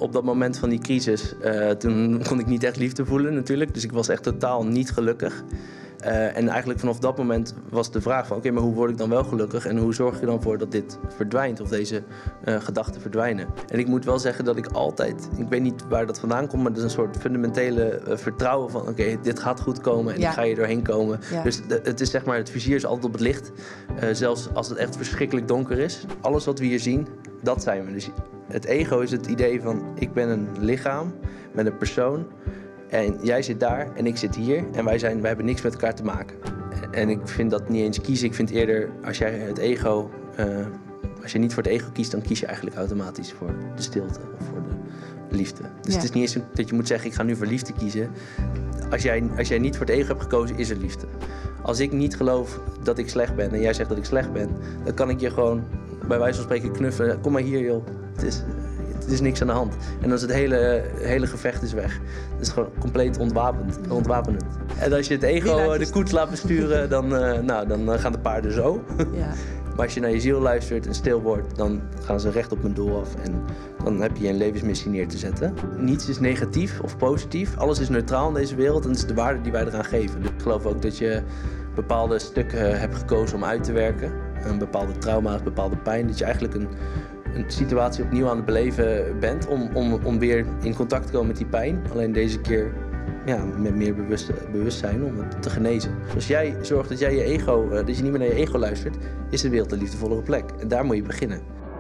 op dat moment van die crisis, toen kon ik niet echt liefde voelen natuurlijk. Dus ik was echt totaal niet gelukkig. En eigenlijk vanaf dat moment was de vraag van... oké, maar hoe word ik dan wel gelukkig? En hoe zorg je dan voor dat dit verdwijnt? Of deze gedachten verdwijnen? En ik moet wel zeggen dat ik altijd... ik weet niet waar dat vandaan komt... maar dat is een soort fundamentele vertrouwen van... oké, dit gaat goed komen en ik ga je doorheen komen. Ja. Dus het is zeg maar... het vizier is altijd op het licht. Zelfs als het echt verschrikkelijk donker is. Alles wat we hier zien, dat zijn we. Dus het ego is het idee van... ik ben een lichaam met een persoon... En jij zit daar en ik zit hier en wij hebben niks met elkaar te maken. En ik vind dat niet eens kiezen. Ik vind eerder, als jij het ego... als je niet voor het ego kiest, dan kies je eigenlijk automatisch voor de stilte of voor de liefde. Dus het is niet eens dat je moet zeggen, ik ga nu voor liefde kiezen. Als jij niet voor het ego hebt gekozen, is er liefde. Als ik niet geloof dat ik slecht ben en jij zegt dat ik slecht ben... dan kan ik je gewoon bij wijze van spreken knuffelen. Kom maar hier, joh. Het is niks aan de hand. En dan is het hele gevecht is weg. Het is gewoon compleet ontwapenend. En als je het ego de koets laat besturen, dan gaan de paarden zo. Ja. Maar als je naar je ziel luistert en stil wordt, dan gaan ze recht op mijn doel af. En dan heb je een levensmissie neer te zetten. Niets is negatief of positief. Alles is neutraal in deze wereld en dat is de waarde die wij eraan geven. Dus ik geloof ook dat je bepaalde stukken hebt gekozen om uit te werken. Een bepaalde trauma's, bepaalde pijn. Dat je eigenlijk een situatie opnieuw aan het beleven bent om weer in contact te komen met die pijn. Alleen deze keer met meer bewustzijn om het te genezen. Dus als jij zorgt dat jij je ego, dat je niet meer naar je ego luistert, is de wereld een liefdevollere plek. En daar moet je beginnen.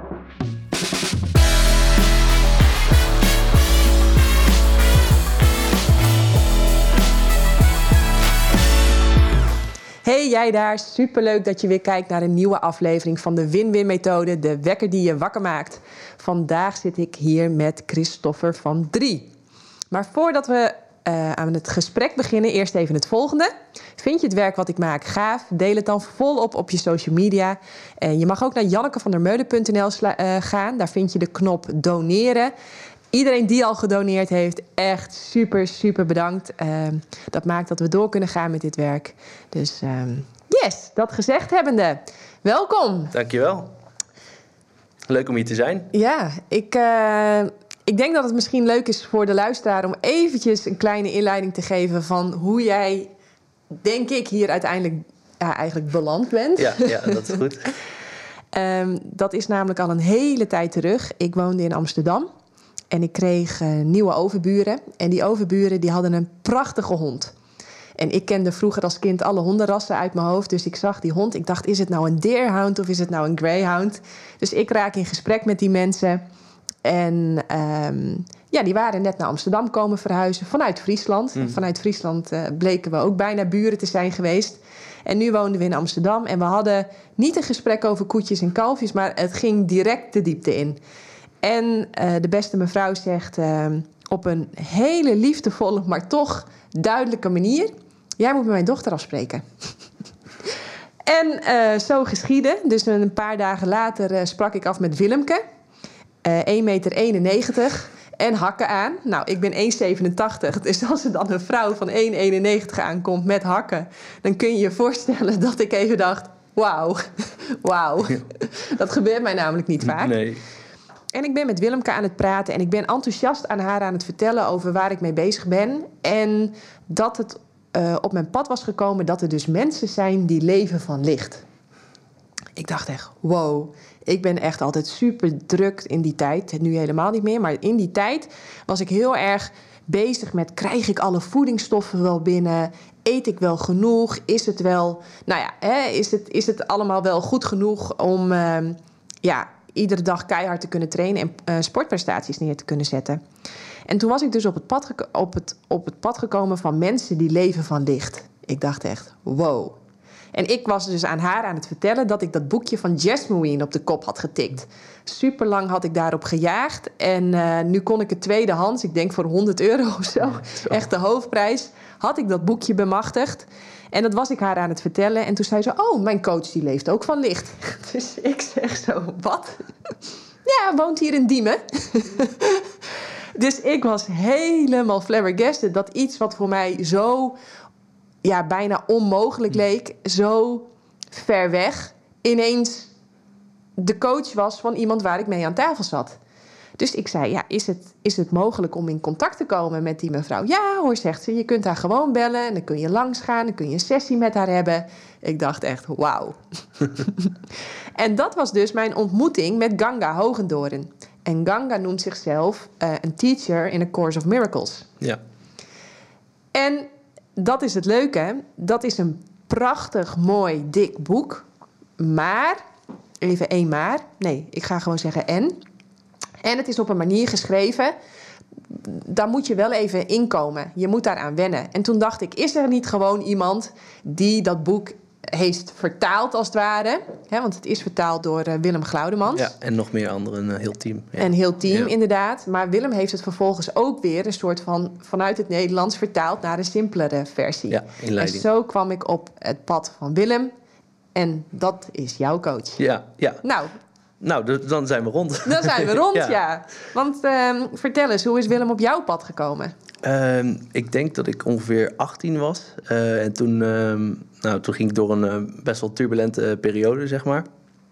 Hey jij daar, superleuk dat je weer kijkt naar een nieuwe aflevering van de Win-Win-methode, de wekker die je wakker maakt. Vandaag zit ik hier met Christoffer van 3. Maar voordat we aan het gesprek beginnen, eerst even het volgende. Vind je het werk wat ik maak gaaf? Deel het dan volop op je social media. En je mag ook naar jannekevandermeulen.nl gaan. Daar vind je de knop doneren. Iedereen die al gedoneerd heeft, echt super, super bedankt. Dat maakt dat we door kunnen gaan met dit werk. Dus yes, dat gezegd hebbende. Welkom. Dankjewel. Leuk om hier te zijn. Ja, ik denk dat het misschien leuk is voor de luisteraar om eventjes een kleine inleiding te geven van hoe jij, denk ik, hier uiteindelijk eigenlijk beland bent. Ja, dat is goed. Dat is namelijk al een hele tijd terug. Ik woonde in Amsterdam. En ik kreeg nieuwe overburen. En die overburen die hadden een prachtige hond. En ik kende vroeger als kind alle hondenrassen uit mijn hoofd. Dus ik zag die hond. Ik dacht, is het nou een deerhound of is het nou een greyhound? Dus ik raak in gesprek met die mensen. En die waren net naar Amsterdam komen verhuizen vanuit Friesland. Vanuit Friesland bleken we ook bijna buren te zijn geweest. En nu woonden we in Amsterdam. En we hadden niet een gesprek over koetjes en kalfjes, maar het ging direct de diepte in. En de beste mevrouw zegt op een hele liefdevolle, maar toch duidelijke manier: jij moet met mijn dochter afspreken. En zo geschiedde. Dus een paar dagen later sprak ik af met Willemke. 1,91 meter en hakken aan. Nou, ik ben 1,87. Dus als er dan een vrouw van 1,91 aankomt met hakken, dan kun je je voorstellen dat ik even dacht: wauw. Ja. Dat gebeurt mij namelijk niet vaak. Nee. En ik ben met Willemke aan het praten en ik ben enthousiast aan haar aan het vertellen over waar ik mee bezig ben. En dat het op mijn pad was gekomen dat er dus mensen zijn die leven van licht. Ik dacht echt, wow, ik ben echt altijd super druk in die tijd. Nu helemaal niet meer, maar in die tijd was ik heel erg bezig met: krijg ik alle voedingsstoffen wel binnen? Eet ik wel genoeg? Is het wel, is het allemaal wel goed genoeg om iedere dag keihard te kunnen trainen en sportprestaties neer te kunnen zetten? En toen was ik dus op het pad gekomen van mensen die leven van licht. Ik dacht echt, wow. En ik was dus aan haar aan het vertellen dat ik dat boekje van Jasmine op de kop had getikt. Super lang had ik daarop gejaagd. En nu kon ik het tweedehands, ik denk voor €100 of zo, echt de hoofdprijs, had ik dat boekje bemachtigd. En dat was ik haar aan het vertellen. En toen zei ze: oh, mijn coach die leeft ook van licht. Dus ik zeg zo: wat? Ja, woont hier in Diemen. Dus ik was helemaal flabbergasted dat iets wat voor mij zo bijna onmogelijk leek, zo ver weg, ineens de coach was van iemand waar ik mee aan tafel zat. Dus ik zei, is het mogelijk om in contact te komen met die mevrouw? Ja hoor, zegt ze, je kunt haar gewoon bellen en dan kun je langs gaan, dan kun je een sessie met haar hebben. Ik dacht echt, wauw. En dat was dus mijn ontmoeting met Ganga Hogendoorn. En Ganga noemt zichzelf een teacher in A Course of Miracles. Ja. En dat is het leuke, dat is een prachtig, mooi, dik boek. Maar, even één maar, nee, ik ga gewoon zeggen en. En het is op een manier geschreven, daar moet je wel even inkomen. Je moet daaraan wennen. En toen dacht ik, is er niet gewoon iemand die dat boek heeft vertaald als het ware? Hè, want het is vertaald door Willem Glaudemans. Ja, en nog meer anderen, een heel team. Ja. Een heel team, inderdaad. Maar Willem heeft het vervolgens ook weer een soort van vanuit het Nederlands vertaald naar een simpelere versie. Ja, inleiding. En zo kwam ik op het pad van Willem. En dat is jouw coach. Ja. Nou, dan zijn we rond. Dan zijn we rond, ja. Want vertel eens, hoe is Willem op jouw pad gekomen? Ik denk dat ik ongeveer 18 was. En toen ging ik door een best wel turbulente periode, zeg maar.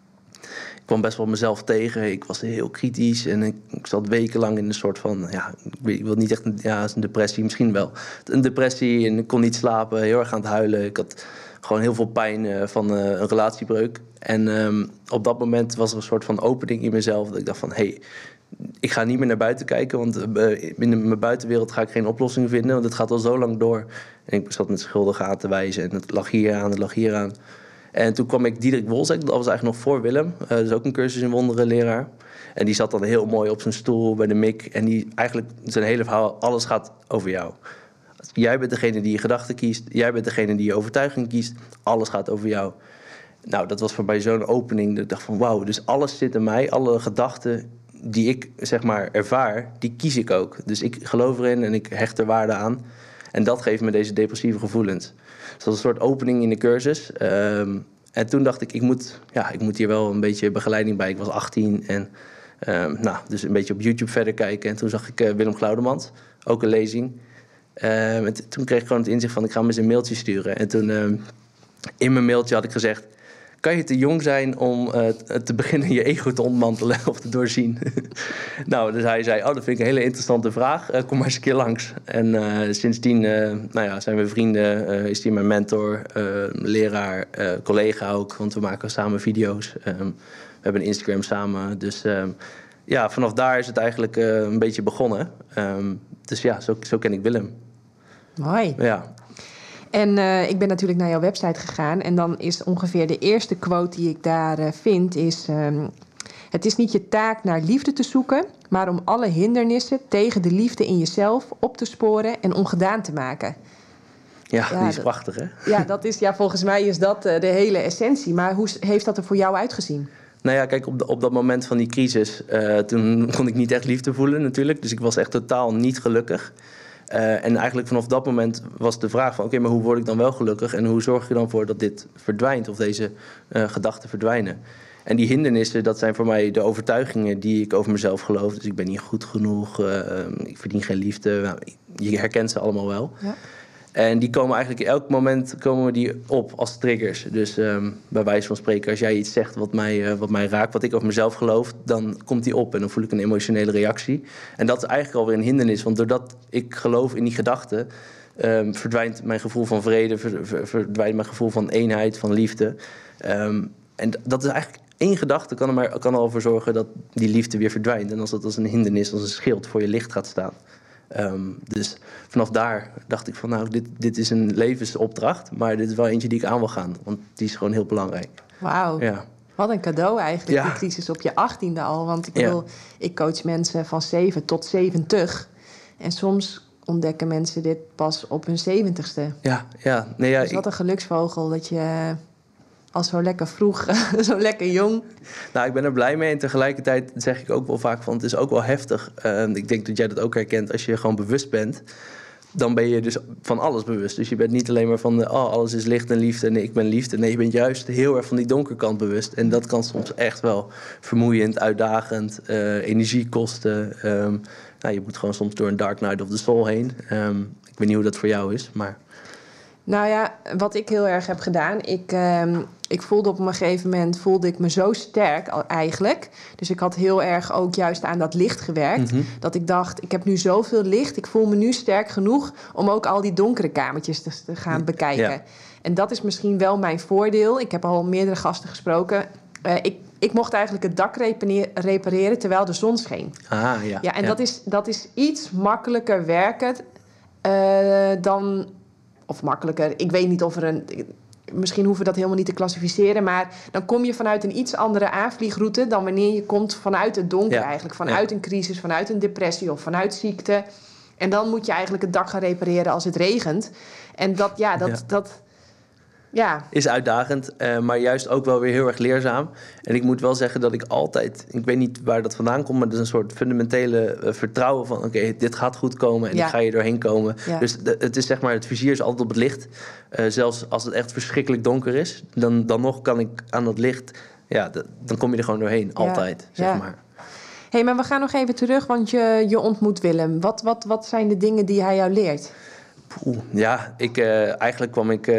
Ik kwam best wel mezelf tegen. Ik was heel kritisch en ik zat wekenlang in een soort van... ik wil niet echt een depressie, misschien wel. Een depressie en ik kon niet slapen, heel erg aan het huilen. Ik had gewoon heel veel pijn van een relatiebreuk. En op dat moment was er een soort van opening in mezelf. Dat ik dacht van, ik ga niet meer naar buiten kijken, want in mijn buitenwereld ga ik geen oplossing vinden, want het gaat al zo lang door. En ik zat met schuldigen aan te wijzen en het lag hier aan. En toen kwam ik Diederik Wolzek, dat was eigenlijk nog voor Willem. Dus ook een cursus in wonderen leraar. En die zat dan heel mooi op zijn stoel bij de mik. En die eigenlijk zijn hele verhaal, alles gaat over jou. Jij bent degene die je gedachten kiest. Jij bent degene die je overtuiging kiest. Alles gaat over jou. Nou, dat was voor mij zo'n opening. Dat ik dacht van wauw, dus alles zit in mij. Alle gedachten die ik zeg maar ervaar, die kies ik ook. Dus ik geloof erin en ik hecht er waarde aan. En dat geeft me deze depressieve gevoelens. Dus dat was een soort opening in de cursus. En toen dacht ik moet hier wel een beetje begeleiding bij. Ik was 18 en dus een beetje op YouTube verder kijken. En toen zag ik Willem Glaudemans, ook een lezing. En toen kreeg ik gewoon het inzicht van, ik ga hem eens een mailtje sturen. En toen in mijn mailtje had ik gezegd, kan je te jong zijn om te beginnen je ego te ontmantelen of te doorzien? Nou, dus hij zei, dat vind ik een hele interessante vraag. Kom maar eens een keer langs. En sindsdien zijn we vrienden. Is hij mijn mentor, leraar, collega ook. Want we maken samen video's. We hebben een Instagram samen. Dus vanaf daar is het eigenlijk een beetje begonnen. Dus ja, zo ken ik Willem. Mooi. Ja. En ik ben natuurlijk naar jouw website gegaan. En dan is ongeveer de eerste quote die ik daar vind is... het is niet je taak naar liefde te zoeken, maar om alle hindernissen tegen de liefde in jezelf op te sporen en ongedaan te maken. Ja, die is prachtig, hè? Ja, volgens mij is dat de hele essentie. Maar hoe heeft dat er voor jou uitgezien? Nou ja, kijk, op dat moment van die crisis... toen kon ik niet echt liefde voelen natuurlijk. Dus ik was echt totaal niet gelukkig. En eigenlijk vanaf dat moment was de vraag van... maar hoe word ik dan wel gelukkig? En hoe zorg je dan voor dat dit verdwijnt? Of deze gedachten verdwijnen? En die hindernissen, dat zijn voor mij de overtuigingen die ik over mezelf geloof. Dus ik ben niet goed genoeg, ik verdien geen liefde. Nou, je herkent ze allemaal wel. Ja. En die komen eigenlijk elk moment op als triggers. Dus bij wijze van spreken, als jij iets zegt wat mij raakt, wat ik over mezelf geloof, dan komt die op en dan voel ik een emotionele reactie. En dat is eigenlijk alweer een hindernis, want doordat ik geloof in die gedachten, verdwijnt mijn gevoel van vrede, verdwijnt mijn gevoel van eenheid, van liefde. En dat is eigenlijk één gedachte kan er al voor zorgen dat die liefde weer verdwijnt. En als dat als een hindernis, als een schild voor je licht gaat staan. Dus vanaf daar dacht ik van dit is een levensopdracht, maar dit is wel eentje die ik aan wil gaan, want die is gewoon heel belangrijk. Wauw, ja. Wat een cadeau eigenlijk, die crisis op je 18e al. Want ik bedoel, ik coach mensen van 7 tot 70 en soms ontdekken mensen dit pas op hun 70ste. Dus wat een geluksvogel dat je al zo lekker vroeg, zo lekker jong. Nou, ik ben er blij mee en tegelijkertijd zeg ik ook wel vaak van het is ook wel heftig. Ik denk dat jij dat ook herkent als je gewoon bewust bent. Dan ben je dus van alles bewust. Dus je bent niet alleen maar van alles is licht en liefde en ik ben liefde. Nee, je bent juist heel erg van die donkerkant bewust. En dat kan soms echt wel vermoeiend, uitdagend, energie kosten. Je moet gewoon soms door een dark night of the soul heen. Ik weet niet hoe dat voor jou is, maar... Nou ja, wat ik heel erg heb gedaan... Ik voelde op een gegeven moment me zo sterk eigenlijk. Dus ik had heel erg ook juist aan dat licht gewerkt. Mm-hmm. Dat ik dacht, ik heb nu zoveel licht. Ik voel me nu sterk genoeg om ook al die donkere kamertjes te gaan bekijken. Ja. En dat is misschien wel mijn voordeel. Ik heb al meerdere gasten gesproken. Ik mocht eigenlijk het dak repareren terwijl de zon scheen. Ja, en dat is iets makkelijker werken dan... Of makkelijker, ik weet niet of er een... Misschien hoeven we dat helemaal niet te klassificeren... maar dan kom je vanuit een iets andere aanvliegroute... dan wanneer je komt vanuit het donker eigenlijk. Vanuit een crisis, vanuit een depressie of vanuit ziekte. En dan moet je eigenlijk het dak gaan repareren als het regent. En dat is uitdagend, maar juist ook wel weer heel erg leerzaam. En ik moet wel zeggen dat ik altijd... Ik weet niet waar dat vandaan komt... maar dat is een soort fundamentele vertrouwen van... oké, dit gaat goed komen en ik ga hier doorheen komen. Ja. Dus het is zeg maar, het vizier is altijd op het licht. Zelfs als het echt verschrikkelijk donker is... dan nog kan ik aan dat licht... Ja, dan kom je er gewoon doorheen, altijd, zeg maar. Hey, maar we gaan nog even terug, want je ontmoet Willem. Wat zijn de dingen die hij jou leert? Eigenlijk kwam ik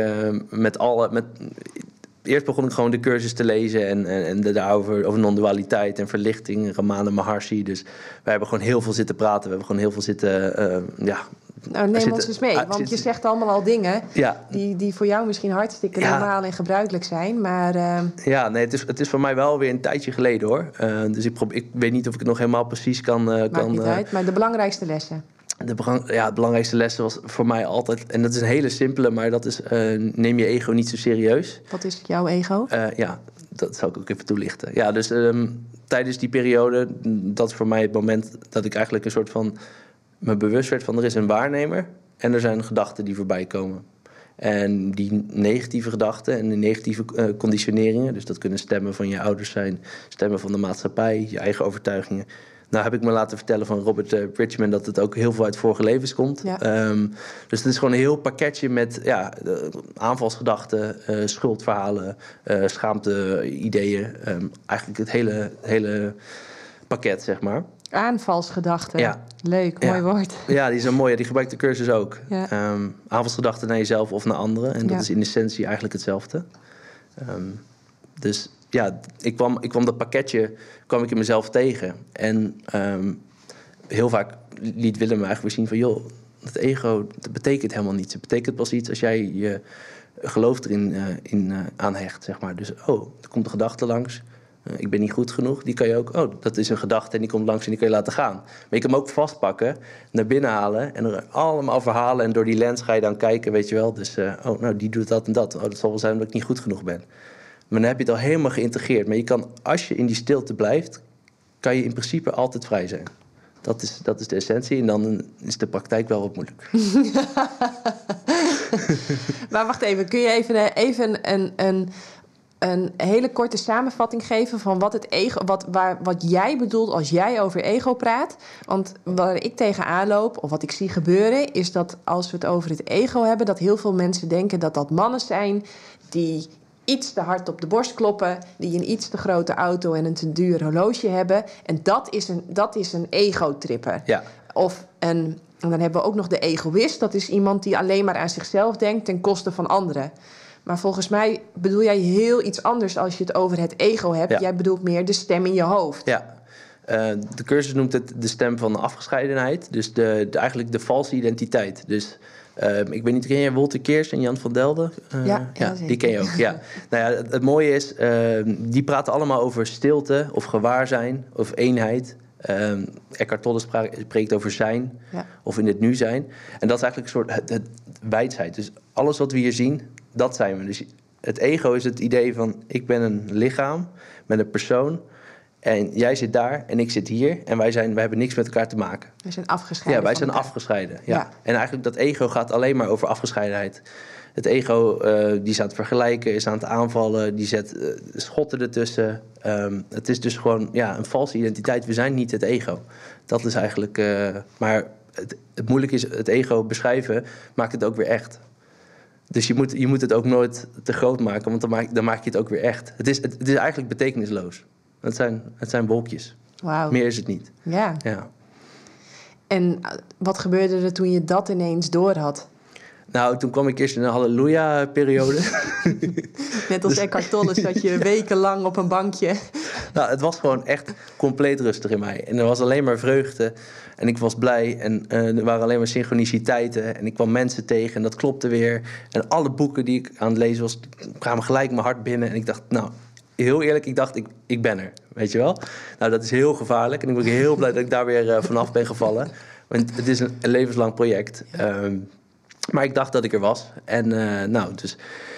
eerst begon ik gewoon de cursus te lezen en daarover over non-dualiteit en verlichting, Ramana Maharshi. Dus wij hebben gewoon heel veel zitten praten. We hebben gewoon heel veel zitten... Nou, neem ons eens mee, want je zegt allemaal al dingen... die voor jou misschien hartstikke normaal en gebruikelijk zijn, maar... Ja, nee, het is voor mij wel weer een tijdje geleden, hoor. Dus ik weet niet of ik het nog helemaal precies kan... Maakt niet uit, maar de belangrijkste lessen... De belangrijkste les was voor mij altijd... en dat is een hele simpele, maar dat is... neem je ego niet zo serieus. Wat is jouw ego? Dat zal ik ook even toelichten. Ja, dus tijdens die periode... dat is voor mij het moment dat ik eigenlijk een soort van... me bewust werd van er is een waarnemer... en er zijn gedachten die voorbij komen. En die negatieve gedachten en de negatieve conditioneringen... dus dat kunnen stemmen van je ouders zijn... stemmen van de maatschappij, je eigen overtuigingen... Nou heb ik me laten vertellen van Robert Bridgman... dat het ook heel veel uit vorige levens komt. Ja. Dus het is gewoon een heel pakketje met aanvalsgedachten... schuldverhalen, schaamte-ideeën. Eigenlijk het hele pakket, zeg maar. Aanvalsgedachten. Ja. Leuk, mooi woord. Ja, die is een mooie. Die gebruikt de cursus ook. Ja. Aanvalsgedachten naar jezelf of naar anderen. En dat is in essentie eigenlijk hetzelfde. Dus... Ja, ik kwam dat pakketje kwam ik in mezelf tegen. En heel vaak liet Willem me eigenlijk weer zien van... joh, dat ego, dat betekent helemaal niets. Het betekent pas iets als jij je geloof erin aanhecht, zeg maar. Dus, er komt een gedachte langs. Ik ben niet goed genoeg. Die kan je ook... dat is een gedachte en die komt langs en die kan je laten gaan. Maar je kan hem ook vastpakken, naar binnen halen... en er allemaal verhalen. En door die lens ga je dan kijken, weet je wel. Dus, die doet dat en dat. Dat zal wel zijn dat ik niet goed genoeg ben. Maar dan heb je het al helemaal geïntegreerd. Maar je kan, als je in die stilte blijft... kan je in principe altijd vrij zijn. Dat is de essentie. En dan is de praktijk wel wat moeilijk. Maar wacht even. Kun je even een hele korte samenvatting geven... van wat het ego, wat jij bedoelt als jij over ego praat? Want waar ik tegenaan loop, of wat ik zie gebeuren... is dat als we het over het ego hebben... dat heel veel mensen denken dat dat mannen zijn... die iets te hard op de borst kloppen... die een iets te grote auto en een te duur horloge hebben. En dat is een ego-tripper. Ja. En dan hebben we ook nog de egoïst. Dat is iemand die alleen maar aan zichzelf denkt... ten koste van anderen. Maar volgens mij bedoel jij heel iets anders... als je het over het ego hebt. Ja. Jij bedoelt meer de stem in je hoofd. Ja. De cursus noemt het de stem van de afgescheidenheid. Dus eigenlijk de valse identiteit. Dus... ik weet niet, ken jij Wolter Keers en Jan van Delden? Ja, die ken je ook. Ja. Nou ja, het mooie is, die praten allemaal over stilte of gewaarzijn of eenheid. Eckhart Tolle spreekt over zijn of in het nu zijn. En dat is eigenlijk een soort het wijsheid. Dus alles wat we hier zien, dat zijn we. Dus het ego is het idee van ik ben een lichaam met een persoon... En jij zit daar en ik zit hier. En wij hebben niks met elkaar te maken. We zijn afgescheiden. Ja, wij zijn afgescheiden. Ja. En eigenlijk dat ego gaat alleen maar over afgescheidenheid. Het ego die is aan het vergelijken, is aan het aanvallen. Die zet schotten ertussen. Het is dus gewoon een valse identiteit. We zijn niet het ego. Dat is eigenlijk... maar het moeilijke is het ego beschrijven, maakt het ook weer echt. Dus je moet het ook nooit te groot maken, want dan maak je het ook weer echt. Het is eigenlijk betekenisloos. Het zijn wolkjes. Wauw. Meer is het niet. Ja. En wat gebeurde er toen je dat ineens door had? Nou, toen kwam ik eerst in een halleluja-periode. Net als Eckhart Tolle zat je wekenlang op een bankje. Nou, het was gewoon echt compleet rustig in mij. En er was alleen maar vreugde. En ik was blij. En er waren alleen maar synchroniciteiten. En ik kwam mensen tegen en dat klopte weer. En alle boeken die ik aan het lezen was, kwamen gelijk mijn hart binnen. En ik dacht, nou, heel eerlijk, ik ben er. Weet je wel? Nou, dat is heel gevaarlijk. En ik ben heel blij dat ik daar weer vanaf ben gevallen. Want het is een levenslang project. Maar ik dacht dat ik er was. En dus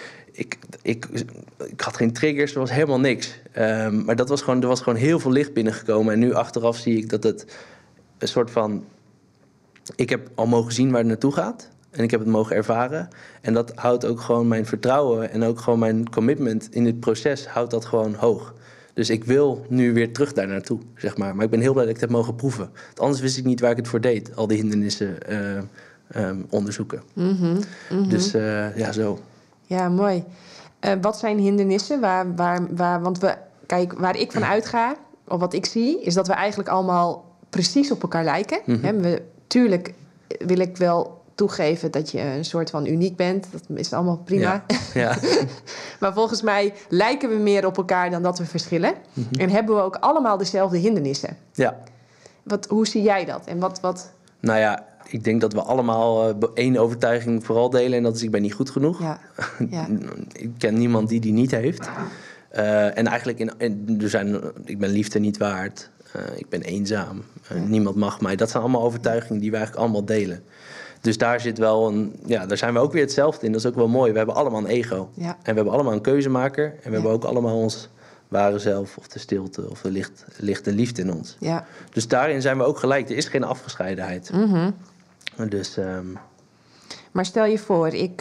ik had geen triggers, er was helemaal niks. Maar er was gewoon heel veel licht binnengekomen. En nu achteraf zie ik dat het een soort van... Ik heb al mogen zien waar het naartoe gaat. En ik heb het mogen ervaren. En dat houdt ook gewoon mijn vertrouwen en ook gewoon mijn commitment in het proces houdt dat gewoon hoog. Dus ik wil nu weer terug daar naartoe, zeg maar. Maar ik ben heel blij dat ik het heb mogen proeven. Want anders wist ik niet waar ik het voor deed. Al die hindernissen onderzoeken. Dus ja, zo. Ja, mooi. Wat zijn hindernissen? Want waar ik van uitga, of wat ik zie, is dat we eigenlijk allemaal precies op elkaar lijken. Tuurlijk wil ik wel toegeven dat je een soort van uniek bent. Dat is allemaal prima. Ja. Maar volgens mij lijken we meer op elkaar dan dat we verschillen. En hebben we ook allemaal dezelfde hindernissen. Ja. Hoe zie jij dat? En wat... Nou ja, ik denk dat we allemaal één overtuiging vooral delen. En dat is, ik ben niet goed genoeg. Ja. Ik ken niemand die niet heeft. En eigenlijk, ik ben liefde niet waard. Ik ben eenzaam. Niemand mag mij. Dat zijn allemaal overtuigingen die we eigenlijk allemaal delen. Dus daar zit wel daar zijn we ook weer hetzelfde in. Dat is ook wel mooi. We hebben allemaal een ego. Ja. En we hebben allemaal een keuzemaker. En we hebben ook allemaal ons ware zelf of de stilte of de lichte liefde in ons. Ja. Dus daarin zijn we ook gelijk. Er is geen afgescheidenheid. Dus, Maar stel je voor, ik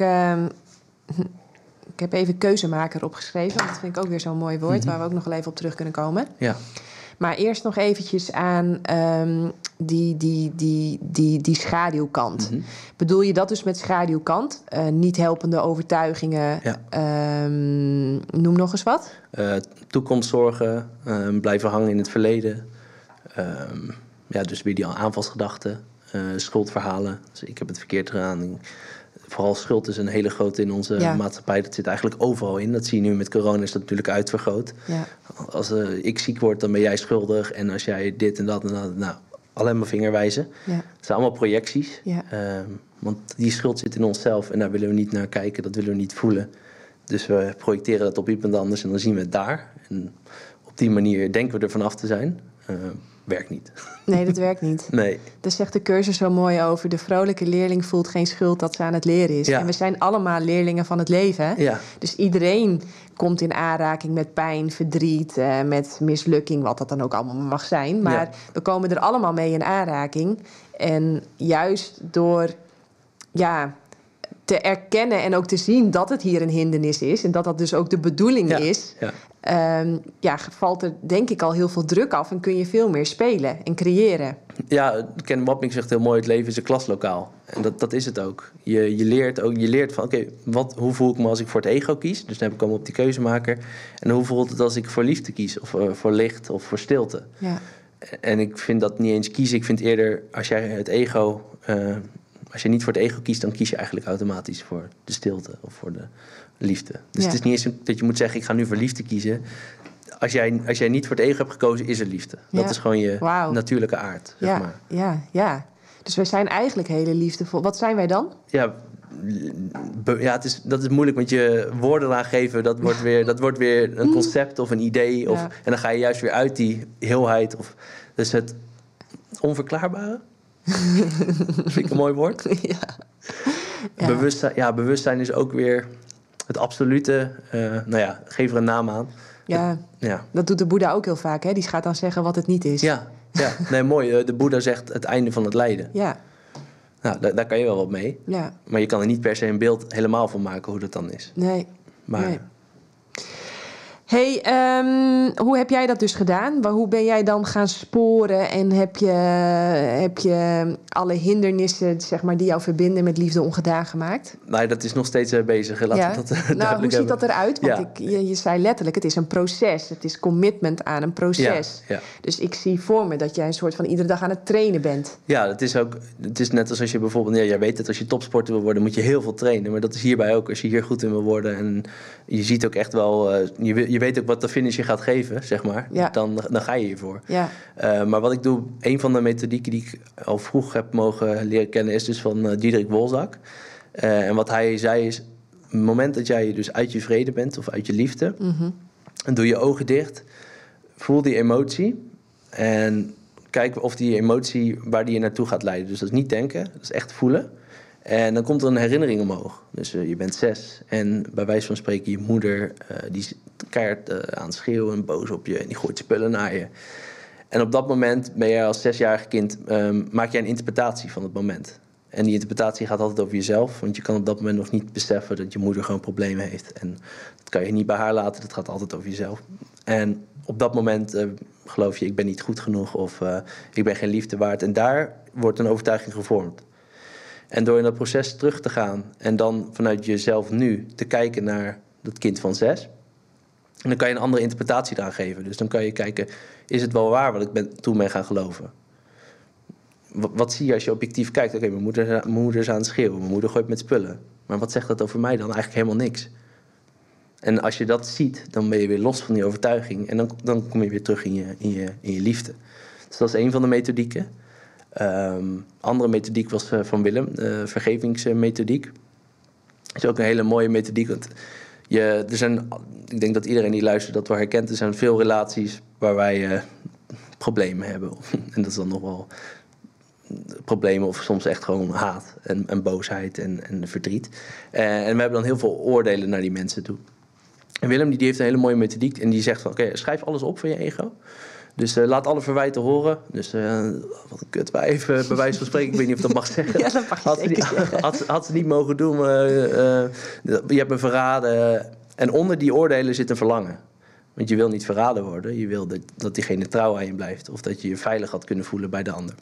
heb even keuzemaker opgeschreven. Dat vind ik ook weer zo'n mooi woord, waar we ook nog wel even op terug kunnen komen. Ja. Maar eerst nog eventjes aan die schaduwkant. Bedoel je dat dus met schaduwkant? Niet helpende overtuigingen. Ja. Noem nog eens wat. Toekomstzorgen, blijven hangen in het verleden. Dus weer die aanvalsgedachten, schuldverhalen. Dus ik heb het verkeerd gedaan. Vooral schuld is een hele grote in onze maatschappij. Dat zit eigenlijk overal in. Dat zie je nu met corona, is dat natuurlijk uitvergroot. Ja. Als ik ziek word, dan ben jij schuldig. En als jij dit en dat en dat... Nou, alleen maar vingerwijzen. Ja. Het zijn allemaal projecties. Ja. Want die schuld zit in onszelf. En daar willen we niet naar kijken. Dat willen we niet voelen. Dus we projecteren dat op iemand anders. En dan zien we het daar. En op die manier denken we er vanaf te zijn. Werkt niet. Nee, dat werkt niet. Nee. Daar zegt de cursus zo mooi over. De vrolijke leerling voelt geen schuld dat ze aan het leren is. Ja. En we zijn allemaal leerlingen van het leven. Ja. Dus iedereen komt in aanraking met pijn, verdriet, met mislukking, wat dat dan ook allemaal mag zijn. Maar we komen er allemaal mee in aanraking. En juist door te erkennen en ook te zien dat het hier een hindernis is en dat dat dus ook de bedoeling is, valt er denk ik al heel veel druk af en kun je veel meer spelen en creëren. Ja, Ken Wapnick zegt heel mooi, het leven is een klaslokaal. En dat is het ook. Je leert van, hoe voel ik me als ik voor het ego kies? Dus dan heb ik komen op die keuzemaker. En hoe voelt het als ik voor liefde kies? Of voor licht of voor stilte? Ja. En ik vind dat niet eens kiezen. Ik vind eerder, als jij het ego... als je niet voor het ego kiest, dan kies je eigenlijk automatisch voor de stilte of voor de liefde. Dus het is niet eens dat je moet zeggen, ik ga nu voor liefde kiezen. Als jij niet voor het ego hebt gekozen, is er liefde. Dat is gewoon je natuurlijke aard, zeg maar. Ja. Dus wij zijn eigenlijk hele liefdevol. Wat zijn wij dan? Dat is moeilijk, want je woorden eraan geven, dat wordt weer een concept of een idee. En dan ga je juist weer uit die heelheid. Dus het onverklaarbare. Dat vind ik een mooi woord. Ja. Bewustzijn is ook weer het absolute. Geef er een naam aan. Dat doet de Boeddha ook heel vaak. Hè? Die gaat dan zeggen wat het niet is. Nee, mooi. De Boeddha zegt het einde van het lijden. Ja. Nou, daar kan je wel wat mee. Ja. Maar je kan er niet per se een beeld helemaal van maken hoe dat dan is. Nee. Maar... Nee. Hey, hoe heb jij dat dus gedaan? Hoe ben jij dan gaan sporen en heb je alle hindernissen, zeg maar, die jou verbinden met liefde ongedaan gemaakt? Nee, dat is nog steeds bezig. Laten we dat nou, hoe ziet dat eruit? Want ja. je zei letterlijk, het is een proces. Het is commitment aan een proces. Ja. Dus ik zie voor me dat jij een soort van iedere dag aan het trainen bent. Ja, het is net als je bijvoorbeeld... jij weet het, als je topsporter wil worden, moet je heel veel trainen. Maar dat is hierbij ook. Als je hier goed in wil worden en je ziet ook echt wel... je weet ook wat de finish je gaat geven, zeg maar. Ja. Dan ga je hiervoor. Ja. Maar wat ik doe, een van de methodieken die ik al vroeg heb mogen leren kennen, is dus van Diederik Wolzak. En wat hij zei is, op het moment dat jij dus uit je vrede bent of uit je liefde, en doe je ogen dicht, voel die emotie en kijk of die emotie, waar die je naartoe gaat leiden. Dus dat is niet denken, dat is echt voelen. En dan komt er een herinnering omhoog. Dus je bent 6 en bij wijze van spreken je moeder... die is keihard aan het schreeuwen en boos op je... en die gooit spullen naar je. En op dat moment ben jij als 6-jarig kind... maak jij een interpretatie van het moment. En die interpretatie gaat altijd over jezelf... want je kan op dat moment nog niet beseffen... dat je moeder gewoon problemen heeft. En dat kan je niet bij haar laten, dat gaat altijd over jezelf. En op dat moment geloof je... ik ben niet goed genoeg of ik ben geen liefde waard. En daar wordt een overtuiging gevormd. En door in dat proces terug te gaan en dan vanuit jezelf nu te kijken naar dat kind van 6... en dan kan je een andere interpretatie eraan geven. Dus dan kan je kijken, is het wel waar wat ik toen ben gaan geloven? Wat zie je als je objectief kijkt? Oké, mijn moeder is aan het schreeuwen, mijn moeder gooit met spullen. Maar wat zegt dat over mij dan? Eigenlijk helemaal niks. En als je dat ziet, dan ben je weer los van die overtuiging... en dan kom je weer terug in je liefde. Dus dat is een van de methodieken... andere methodiek was van Willem, vergevingsmethodiek. Dat is ook een hele mooie methodiek. Want ik denk dat iedereen die luistert dat wel herkent. Er zijn veel relaties waar wij problemen hebben. En dat is dan nog wel problemen of soms echt gewoon haat en boosheid en verdriet. En we hebben dan heel veel oordelen naar die mensen toe. En Willem die heeft een hele mooie methodiek en die zegt van... oké, schrijf alles op van je ego... Dus laat alle verwijten horen. Dus wat een kutwijf, bij wijze van spreken. Ik weet niet of dat mag zeggen. Ja, dat mag je zeker zeggen. Had ze niet mogen doen. Je hebt me verraden. En onder die oordelen zit een verlangen. Want je wil niet verraden worden. Je wil dat diegene trouw aan je blijft. Of dat je je veilig had kunnen voelen bij de ander.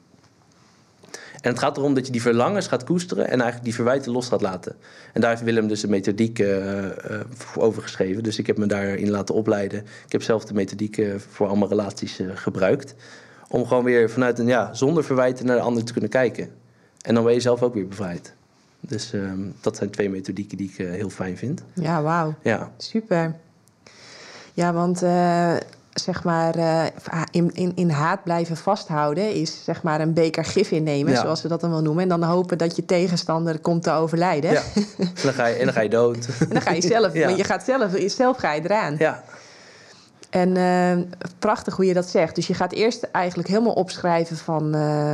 En het gaat erom dat je die verlangens gaat koesteren... en eigenlijk die verwijten los gaat laten. En daar heeft Willem dus een methodiek over geschreven. Dus ik heb me daarin laten opleiden. Ik heb zelf de methodiek voor allemaal relaties gebruikt. Om gewoon weer vanuit zonder verwijten naar de ander te kunnen kijken. En dan ben je zelf ook weer bevrijd. Dus dat zijn 2 methodieken die ik heel fijn vind. Ja, wauw. Ja. Super. Ja, want... zeg maar, in haat blijven vasthouden... is zeg maar een beker gif innemen, zoals we dat dan wel noemen... en dan hopen dat je tegenstander komt te overlijden. Ja. En dan ga je dood. En dan ga je zelf, want je gaat zelf ga je eraan. Ja. En prachtig hoe je dat zegt. Dus je gaat eerst eigenlijk helemaal opschrijven van...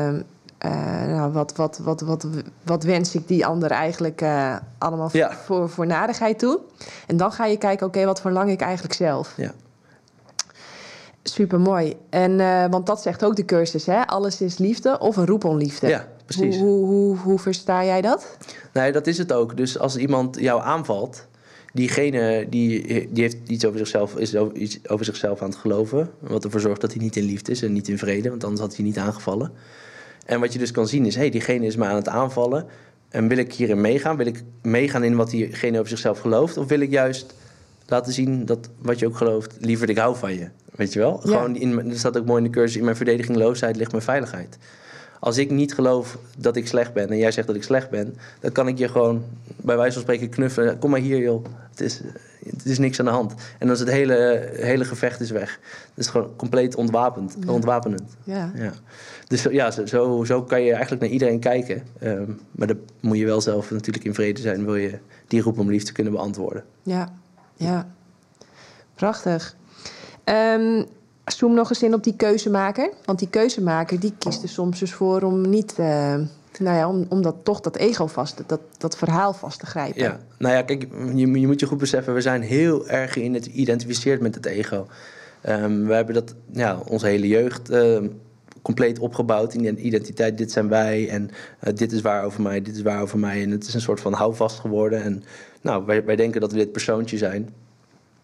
wat wens ik die ander eigenlijk allemaal voor nadigheid toe. En dan ga je kijken, oké, wat verlang ik eigenlijk zelf? Ja. Supermooi. En want dat zegt ook de cursus, hè? Alles is liefde of een roep om liefde. Ja, precies. Hoe versta jij dat? Nee, dat is het ook. Dus als iemand jou aanvalt... diegene die heeft iets over zichzelf, is iets over zichzelf aan het geloven... wat ervoor zorgt dat hij niet in liefde is en niet in vrede... want anders had hij niet aangevallen. En wat je dus kan zien is... diegene is me aan het aanvallen... en wil ik hierin meegaan? Wil ik meegaan in wat diegene over zichzelf gelooft? Of wil ik juist laten zien dat wat je ook gelooft... liever ik hou van je? Weet je wel? Ja. Gewoon er staat ook mooi in de cursus... in mijn verdedigingloosheid ligt mijn veiligheid. Als ik niet geloof dat ik slecht ben... en jij zegt dat ik slecht ben... dan kan ik je gewoon bij wijze van spreken knuffelen. Kom maar hier, joh. Het is niks aan de hand. En dan is het hele gevecht is weg. Het is gewoon compleet ontwapenend. Ja. Ja. Dus ja, zo kan je eigenlijk naar iedereen kijken. Maar dan moet je wel zelf natuurlijk in vrede zijn... wil je die roep om liefde kunnen beantwoorden. Ja. Prachtig. Zoom nog eens in op die keuzemaker. Want die keuzemaker die kiest er soms dus voor om niet... om dat ego dat verhaal vast te grijpen. Ja, nou ja, kijk, je moet je goed beseffen... we zijn heel erg geïdentificeerd met het ego. We hebben dat onze hele jeugd compleet opgebouwd in de identiteit. Dit zijn wij en dit is waar over mij, dit is waar over mij. En het is een soort van houvast geworden. En wij denken dat we dit persoontje zijn...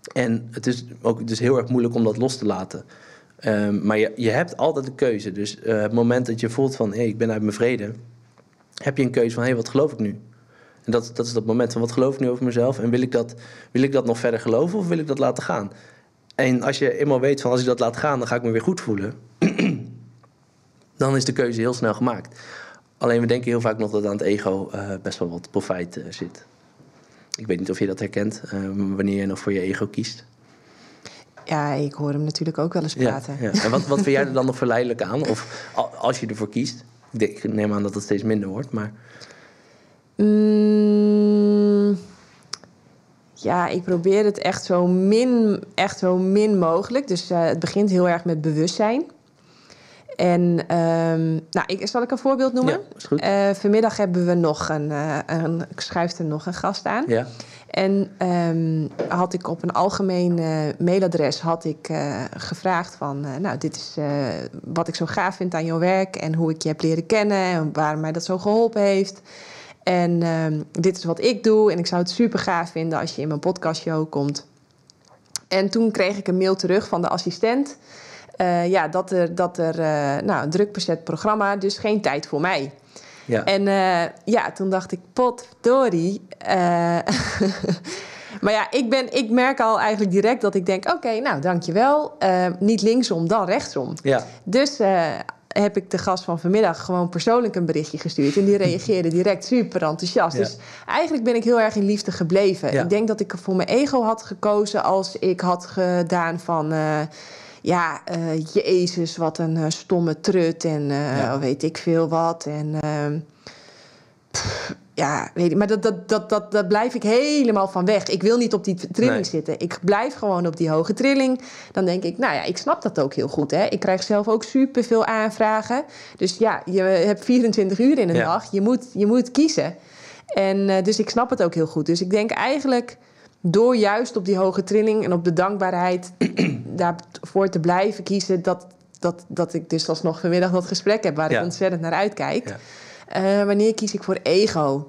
En het is ook dus heel erg moeilijk om dat los te laten. Maar je hebt altijd een keuze. Dus het moment dat je voelt van, ik ben uit mijn vrede, heb je een keuze van, wat geloof ik nu? En dat is dat moment van, wat geloof ik nu over mezelf? En wil ik dat nog verder geloven of wil ik dat laten gaan? En als je eenmaal weet van, als ik dat laat gaan, dan ga ik me weer goed voelen. Dan is de keuze heel snel gemaakt. Alleen we denken heel vaak nog dat aan het ego best wel wat profijt zit. Ik weet niet of je dat herkent, wanneer je nog voor je ego kiest. Ja, ik hoor hem natuurlijk ook wel eens praten. Ja. En wat vind jij er dan nog verleidelijk aan? Of als je ervoor kiest? Ik neem aan dat het steeds minder wordt, maar... Ja, ik probeer het echt zo min mogelijk. Dus het begint heel erg met bewustzijn. En zal ik een voorbeeld noemen? Ja, is goed. Vanmiddag hebben we nog ik schuif er nog een gast aan. Ja. En had ik op een algemeen mailadres gevraagd van... dit is wat ik zo gaaf vind aan jouw werk... en hoe ik je heb leren kennen en waarom mij dat zo geholpen heeft. En dit is wat ik doe en ik zou het super gaaf vinden... als je in mijn podcastshow komt. En toen kreeg ik een mail terug van de assistent... dat er een druk bezet programma, dus geen tijd voor mij. Ja. En toen dacht ik, potverdorie. Maar ja, ik merk al eigenlijk direct dat ik denk... oké, dankjewel. Niet linksom, dan rechtsom. Ja. Dus heb ik de gast van vanmiddag gewoon persoonlijk een berichtje gestuurd. En die reageerde direct super enthousiast. Ja. Dus eigenlijk ben ik heel erg in liefde gebleven. Ja. Ik denk dat ik voor mijn ego had gekozen als ik had gedaan van... Jezus, wat een stomme trut en weet ik veel wat. En weet ik, maar dat blijf ik helemaal van weg. Ik wil niet op die trilling zitten. Ik blijf gewoon op die hoge trilling. Dan denk ik, ik snap dat ook heel goed. Hè? Ik krijg zelf ook superveel aanvragen. Dus ja, je hebt 24 uur in een dag. Je moet kiezen. En dus ik snap het ook heel goed. Dus ik denk eigenlijk... door juist op die hoge trilling en op de dankbaarheid daarvoor te blijven kiezen... dat ik dus alsnog vanmiddag dat gesprek heb... waar ik ontzettend naar uitkijk. Ja. Wanneer kies ik voor ego?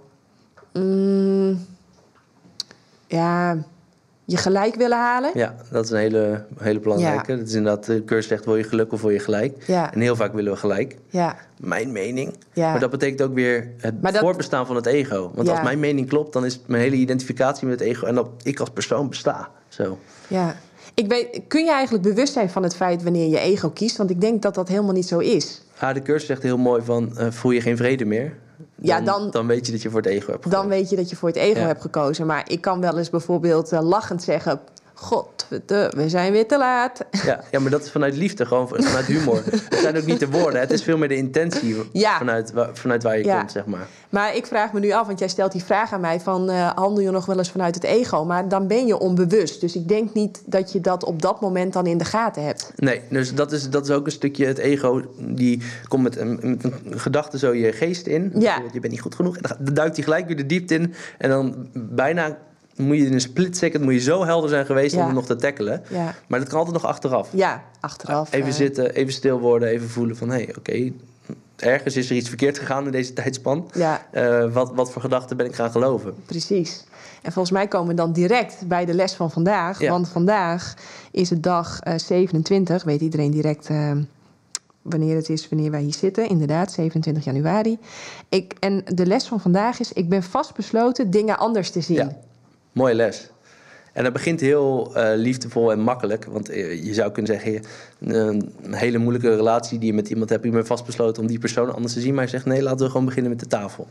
Je gelijk willen halen. Ja, dat is een hele belangrijke. Ja. Dat is inderdaad, de cursus zegt, wil je geluk of wil je gelijk? Ja. En heel vaak willen we gelijk. Ja. Mijn mening. Ja. Maar dat betekent ook weer het voortbestaan van het ego. Want als mijn mening klopt, dan is mijn hele identificatie met het ego... en dat ik als persoon besta. Zo. Ja. Kun je eigenlijk bewust zijn van het feit wanneer je ego kiest? Want ik denk dat dat helemaal niet zo is. De cursus zegt heel mooi van, voel je geen vrede meer... Dan weet je dat je voor het ego hebt gekozen. Dan weet je dat je voor het ego hebt gekozen. Maar ik kan wel eens bijvoorbeeld lachend zeggen... God, we zijn weer te laat. Ja, maar dat is vanuit liefde, gewoon vanuit humor. Het zijn ook niet de woorden, het is veel meer de intentie vanuit waar je komt, zeg maar. Maar ik vraag me nu af, want jij stelt die vraag aan mij... van handel je nog wel eens vanuit het ego? Maar dan ben je onbewust. Dus ik denk niet dat je dat op dat moment dan in de gaten hebt. Nee, dus dat is ook een stukje het ego... die komt met een gedachte zo je geest in. Ja. Je bent niet goed genoeg. En dan duikt hij gelijk weer de diepte in. En dan bijna... moet je in een split second zo helder zijn geweest om hem nog te tackelen. Ja. Maar dat kan altijd nog achteraf. Ja, achteraf. Even zitten, even stil worden, even voelen van... oké, ergens is er iets verkeerd gegaan in deze tijdspan. Ja. Wat voor gedachten ben ik gaan geloven? Precies. En volgens mij komen we dan direct bij de les van vandaag. Ja. Want vandaag is het dag 27. Weet iedereen direct... wanneer het is, wanneer wij hier zitten. Inderdaad, 27 januari. En de les van vandaag is... ik ben vastbesloten dingen anders te zien. Ja. Mooie les. En dat begint heel liefdevol en makkelijk. Want je zou kunnen zeggen... een hele moeilijke relatie die je met iemand hebt... je bent vastbesloten om die persoon anders te zien... maar je zegt, nee, laten we gewoon beginnen met de tafel.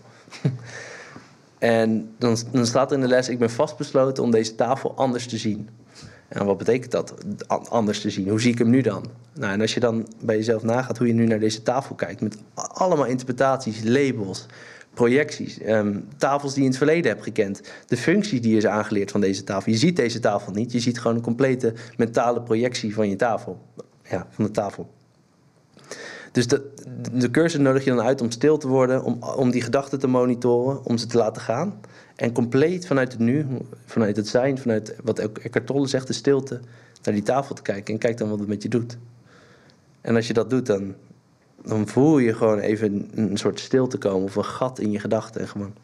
En dan staat er in de les... ik ben vastbesloten om deze tafel anders te zien. En wat betekent dat, anders te zien? Hoe zie ik hem nu dan? En als je dan bij jezelf nagaat hoe je nu naar deze tafel kijkt... met allemaal interpretaties, labels... projecties, tafels die je in het verleden hebt gekend... de functies die je is aangeleerd van deze tafel. Je ziet deze tafel niet. Je ziet gewoon een complete mentale projectie van je tafel. Ja, van de tafel. Dus de cursus nodig je dan uit om stil te worden... om die gedachten te monitoren, om ze te laten gaan... en compleet vanuit het nu, vanuit het zijn... vanuit wat Eckhart Tolle zegt, de stilte... naar die tafel te kijken en kijk dan wat het met je doet. En als je dat doet, dan voel je gewoon even een soort stilte komen... of een gat in je gedachten. En gewoon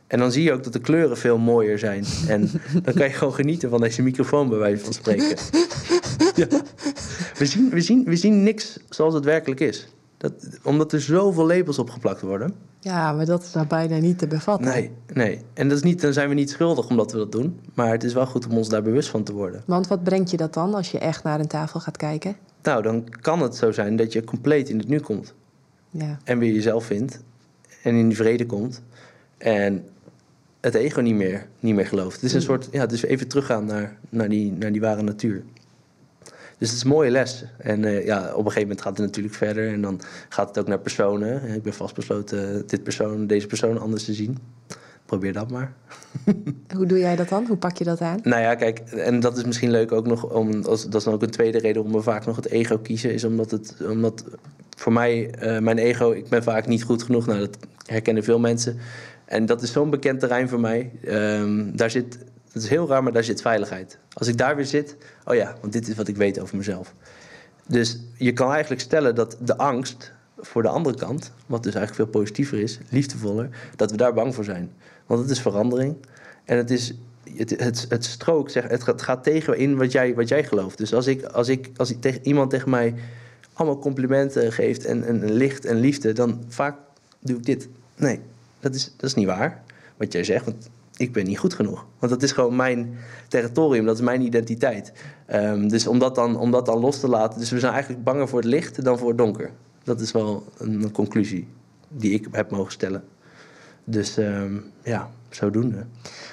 En dan zie je ook dat de kleuren veel mooier zijn. En dan kan je gewoon genieten van deze microfoon, bij wijze van spreken. Ja. We zien niks zoals het werkelijk is. Omdat er zoveel labels opgeplakt worden. Ja, maar dat is nou bijna niet te bevatten. Nee. En dat is niet, dan zijn we niet schuldig omdat we dat doen. Maar het is wel goed om ons daar bewust van te worden. Want wat brengt je dat dan als je echt naar een tafel gaat kijken? Nou, dan kan het zo zijn dat je compleet in het nu komt. Ja. En weer jezelf vindt. En in die vrede komt. En het ego niet meer gelooft. Het is een soort, het is even teruggaan naar die ware natuur. Dus het is een mooie les. En op een gegeven moment gaat het natuurlijk verder. En dan gaat het ook naar personen. Ik ben vastbesloten deze persoon anders te zien. Probeer dat maar. Hoe doe jij dat dan? Hoe pak je dat aan? Nou ja, kijk, en dat is misschien leuk ook nog. Dat is dan ook een tweede reden waarom we vaak nog het ego kiezen. Is omdat voor mij, mijn ego, ik ben vaak niet goed genoeg. Nou, dat herkennen veel mensen. En dat is zo'n bekend terrein voor mij. Het is heel raar, maar daar zit veiligheid. Als ik daar weer zit, want dit is wat ik weet over mezelf. Dus je kan eigenlijk stellen dat de angst voor de andere kant, wat dus eigenlijk veel positiever is, liefdevoller, dat we daar bang voor zijn. Want het is verandering. En het strookt, het gaat tegen in wat jij gelooft. Dus als iemand tegen mij allemaal complimenten geeft en licht en liefde, dan vaak doe ik dit. Nee, dat is niet waar, wat jij zegt, want ik ben niet goed genoeg. Want dat is gewoon mijn territorium, dat is mijn identiteit. Dus om dat dan los te laten, dus we zijn eigenlijk banger voor het licht dan voor het donker. Dat is wel een conclusie die ik heb mogen stellen. Dus zodoende.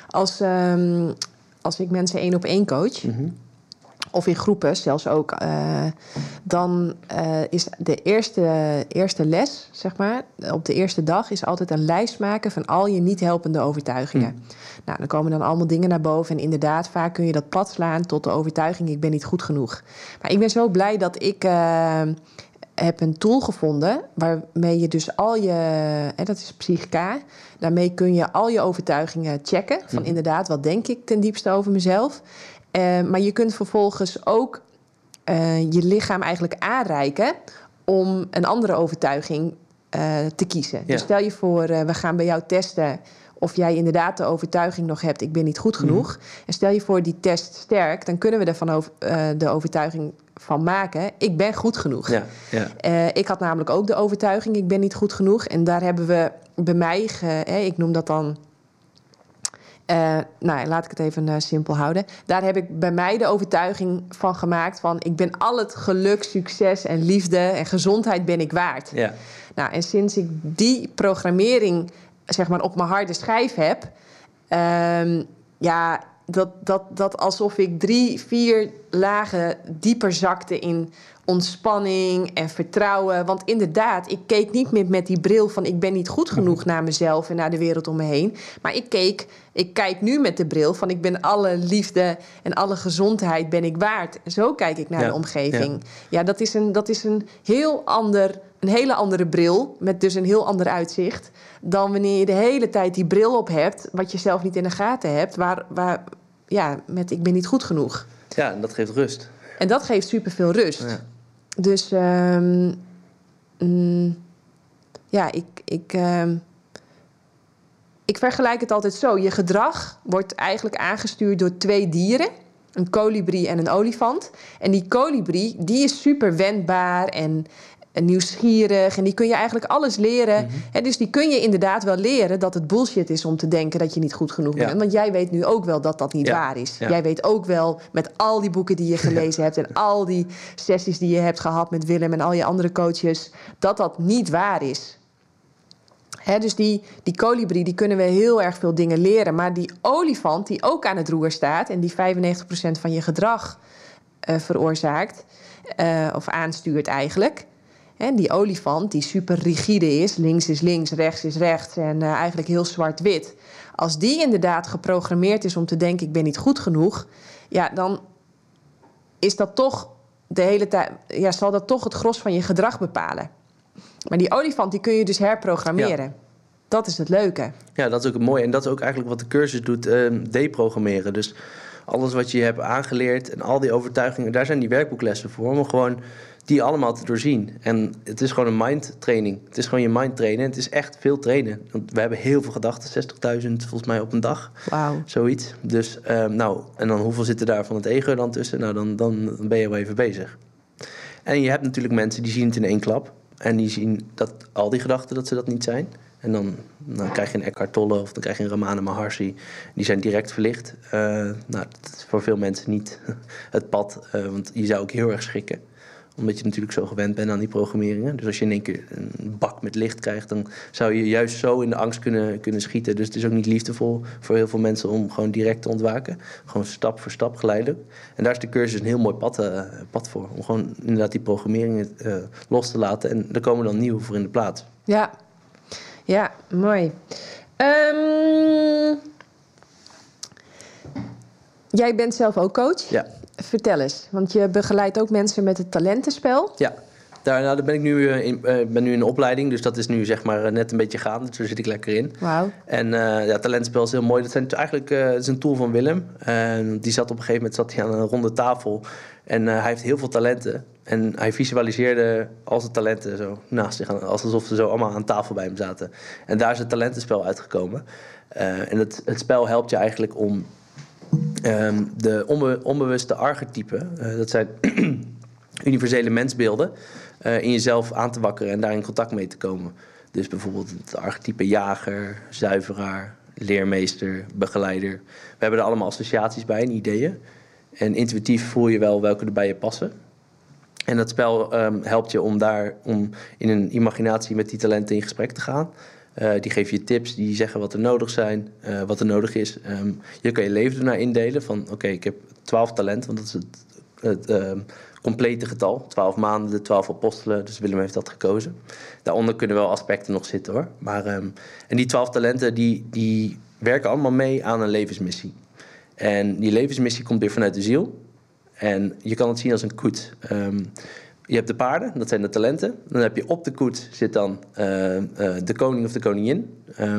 Als ik mensen 1-op-1 coach, of in groepen zelfs ook, dan is de eerste les, zeg maar, op de eerste dag is altijd een lijst maken van al je niet helpende overtuigingen. Nou, dan komen dan allemaal dingen naar boven. En inderdaad, vaak kun je dat plat slaan tot de overtuiging, ik ben niet goed genoeg. Maar ik ben zo blij dat ik heb een tool gevonden waarmee je dus dat is Psychica, daarmee kun je al je overtuigingen checken. Van inderdaad, wat denk ik ten diepste over mezelf? Maar je kunt vervolgens ook je lichaam eigenlijk aanreiken om een andere overtuiging te kiezen. Ja. Dus stel je voor, we gaan bij jou testen of jij inderdaad de overtuiging nog hebt, ik ben niet goed genoeg. En stel je voor, die test sterk, dan kunnen we er de overtuiging van maken, ik ben goed genoeg. Ja. Ik had namelijk ook de overtuiging, ik ben niet goed genoeg. En daar hebben we bij mij, ik noem dat dan, laat ik het even simpel houden. Daar heb ik bij mij de overtuiging van gemaakt van, ik ben al het geluk, succes en liefde en gezondheid ben ik waard. Ja. Nou, en sinds ik die programmering, zeg maar, op mijn harde schijf heb, dat alsof ik 3-4 lagen dieper zakte in ontspanning en vertrouwen. Want inderdaad, ik keek niet meer met die bril van, ik ben niet goed genoeg naar mezelf en naar de wereld om me heen. Maar ik kijk nu met de bril van, ik ben alle liefde en alle gezondheid ben ik waard. Zo kijk ik naar de omgeving. Ja, dat is een hele andere bril met dus een heel ander uitzicht dan wanneer je de hele tijd die bril op hebt, wat je zelf niet in de gaten hebt, met ik ben niet goed genoeg. Ja, en dat geeft rust. En dat geeft superveel rust. Ja. Dus ik vergelijk het altijd zo. Je gedrag wordt eigenlijk aangestuurd door 2 dieren. Een kolibrie en een olifant. En die kolibrie, die is super wendbaar en nieuwsgierig. En die kun je eigenlijk alles leren. En dus die kun je inderdaad wel leren dat het bullshit is om te denken dat je niet goed genoeg bent. Want jij weet nu ook wel dat dat niet waar is. Ja. Jij weet ook wel met al die boeken die je gelezen hebt en al die sessies die je hebt gehad met Willem en al je andere coaches, dat dat niet waar is. Dus die kolibrie, die kunnen we heel erg veel dingen leren. Maar die olifant die ook aan het roer staat en die 95% van je gedrag veroorzaakt, of aanstuurt eigenlijk. Die olifant die super rigide is, links is links, rechts is rechts en eigenlijk heel zwart-wit. Als die inderdaad geprogrammeerd is om te denken, ik ben niet goed genoeg, dan is dat toch de hele tijd, zal dat toch het gros van je gedrag bepalen. Maar die olifant die kun je dus herprogrammeren. Ja. Dat is het leuke. Ja, dat is ook het mooie. En dat is ook eigenlijk wat de cursus doet, deprogrammeren. Dus alles wat je hebt aangeleerd en al die overtuigingen, daar zijn die werkboeklessen voor. Om gewoon die allemaal te doorzien. En het is gewoon een mindtraining. Het is gewoon je mind trainen. Het is echt veel trainen. Want we hebben heel veel gedachten. 60.000 volgens mij op een dag. Wauw. Zoiets. Dus en dan hoeveel zitten daar van het ego dan tussen? Nou, dan ben je wel even bezig. En je hebt natuurlijk mensen die zien het in één klap. En die zien dat al die gedachten dat ze dat niet zijn. En dan krijg je een Eckhart Tolle of dan krijg je een Ramana Maharshi. Die zijn direct verlicht. Dat is voor veel mensen niet het pad. Want je zou ook heel erg schrikken. Omdat je natuurlijk zo gewend bent aan die programmeringen. Dus als je in één keer een bak met licht krijgt, dan zou je juist zo in de angst kunnen schieten. Dus het is ook niet liefdevol voor heel veel mensen om gewoon direct te ontwaken. Gewoon stap voor stap, geleidelijk. En daar is de cursus een heel mooi pad voor. Om gewoon inderdaad die programmeringen los te laten. En er komen dan nieuwe voor in de plaats. Ja, mooi. Jij bent zelf ook coach? Ja. Vertel eens, want je begeleidt ook mensen met het talentenspel. Ja, daar ben ik ben nu in de opleiding, dus dat is nu zeg maar net een beetje gaande. Dus daar zit ik lekker in. Wauw. En talentenspel is heel mooi. Dat is een tool van Willem. Die zat op een gegeven moment aan een ronde tafel. En hij heeft heel veel talenten. En hij visualiseerde al zijn talenten zo naast zich, alsof ze zo allemaal aan tafel bij hem zaten. En daar is het talentenspel uitgekomen. En het spel helpt je eigenlijk om de onbewuste archetypen, dat zijn universele mensbeelden, in jezelf aan te wakkeren en daar in contact mee te komen. Dus bijvoorbeeld het archetype jager, zuiveraar, leermeester, begeleider. We hebben er allemaal associaties bij en ideeën. En intuïtief voel je wel welke er bij je passen. En dat spel helpt je om in een imaginatie met die talenten in gesprek te gaan. Die geven je tips, die zeggen wat er wat er nodig is. Je kan je leven ernaar indelen van oké, ik heb 12 talenten, want dat is het complete getal. 12 maanden, de 12 apostelen, dus Willem heeft dat gekozen. Daaronder kunnen wel aspecten nog zitten hoor. Maar, en die 12 talenten die werken allemaal mee aan een levensmissie. En die levensmissie komt weer vanuit de ziel. En je kan het zien als een koets. Je hebt de paarden, dat zijn de talenten. Dan heb je op de koets zit dan de koning of de koningin.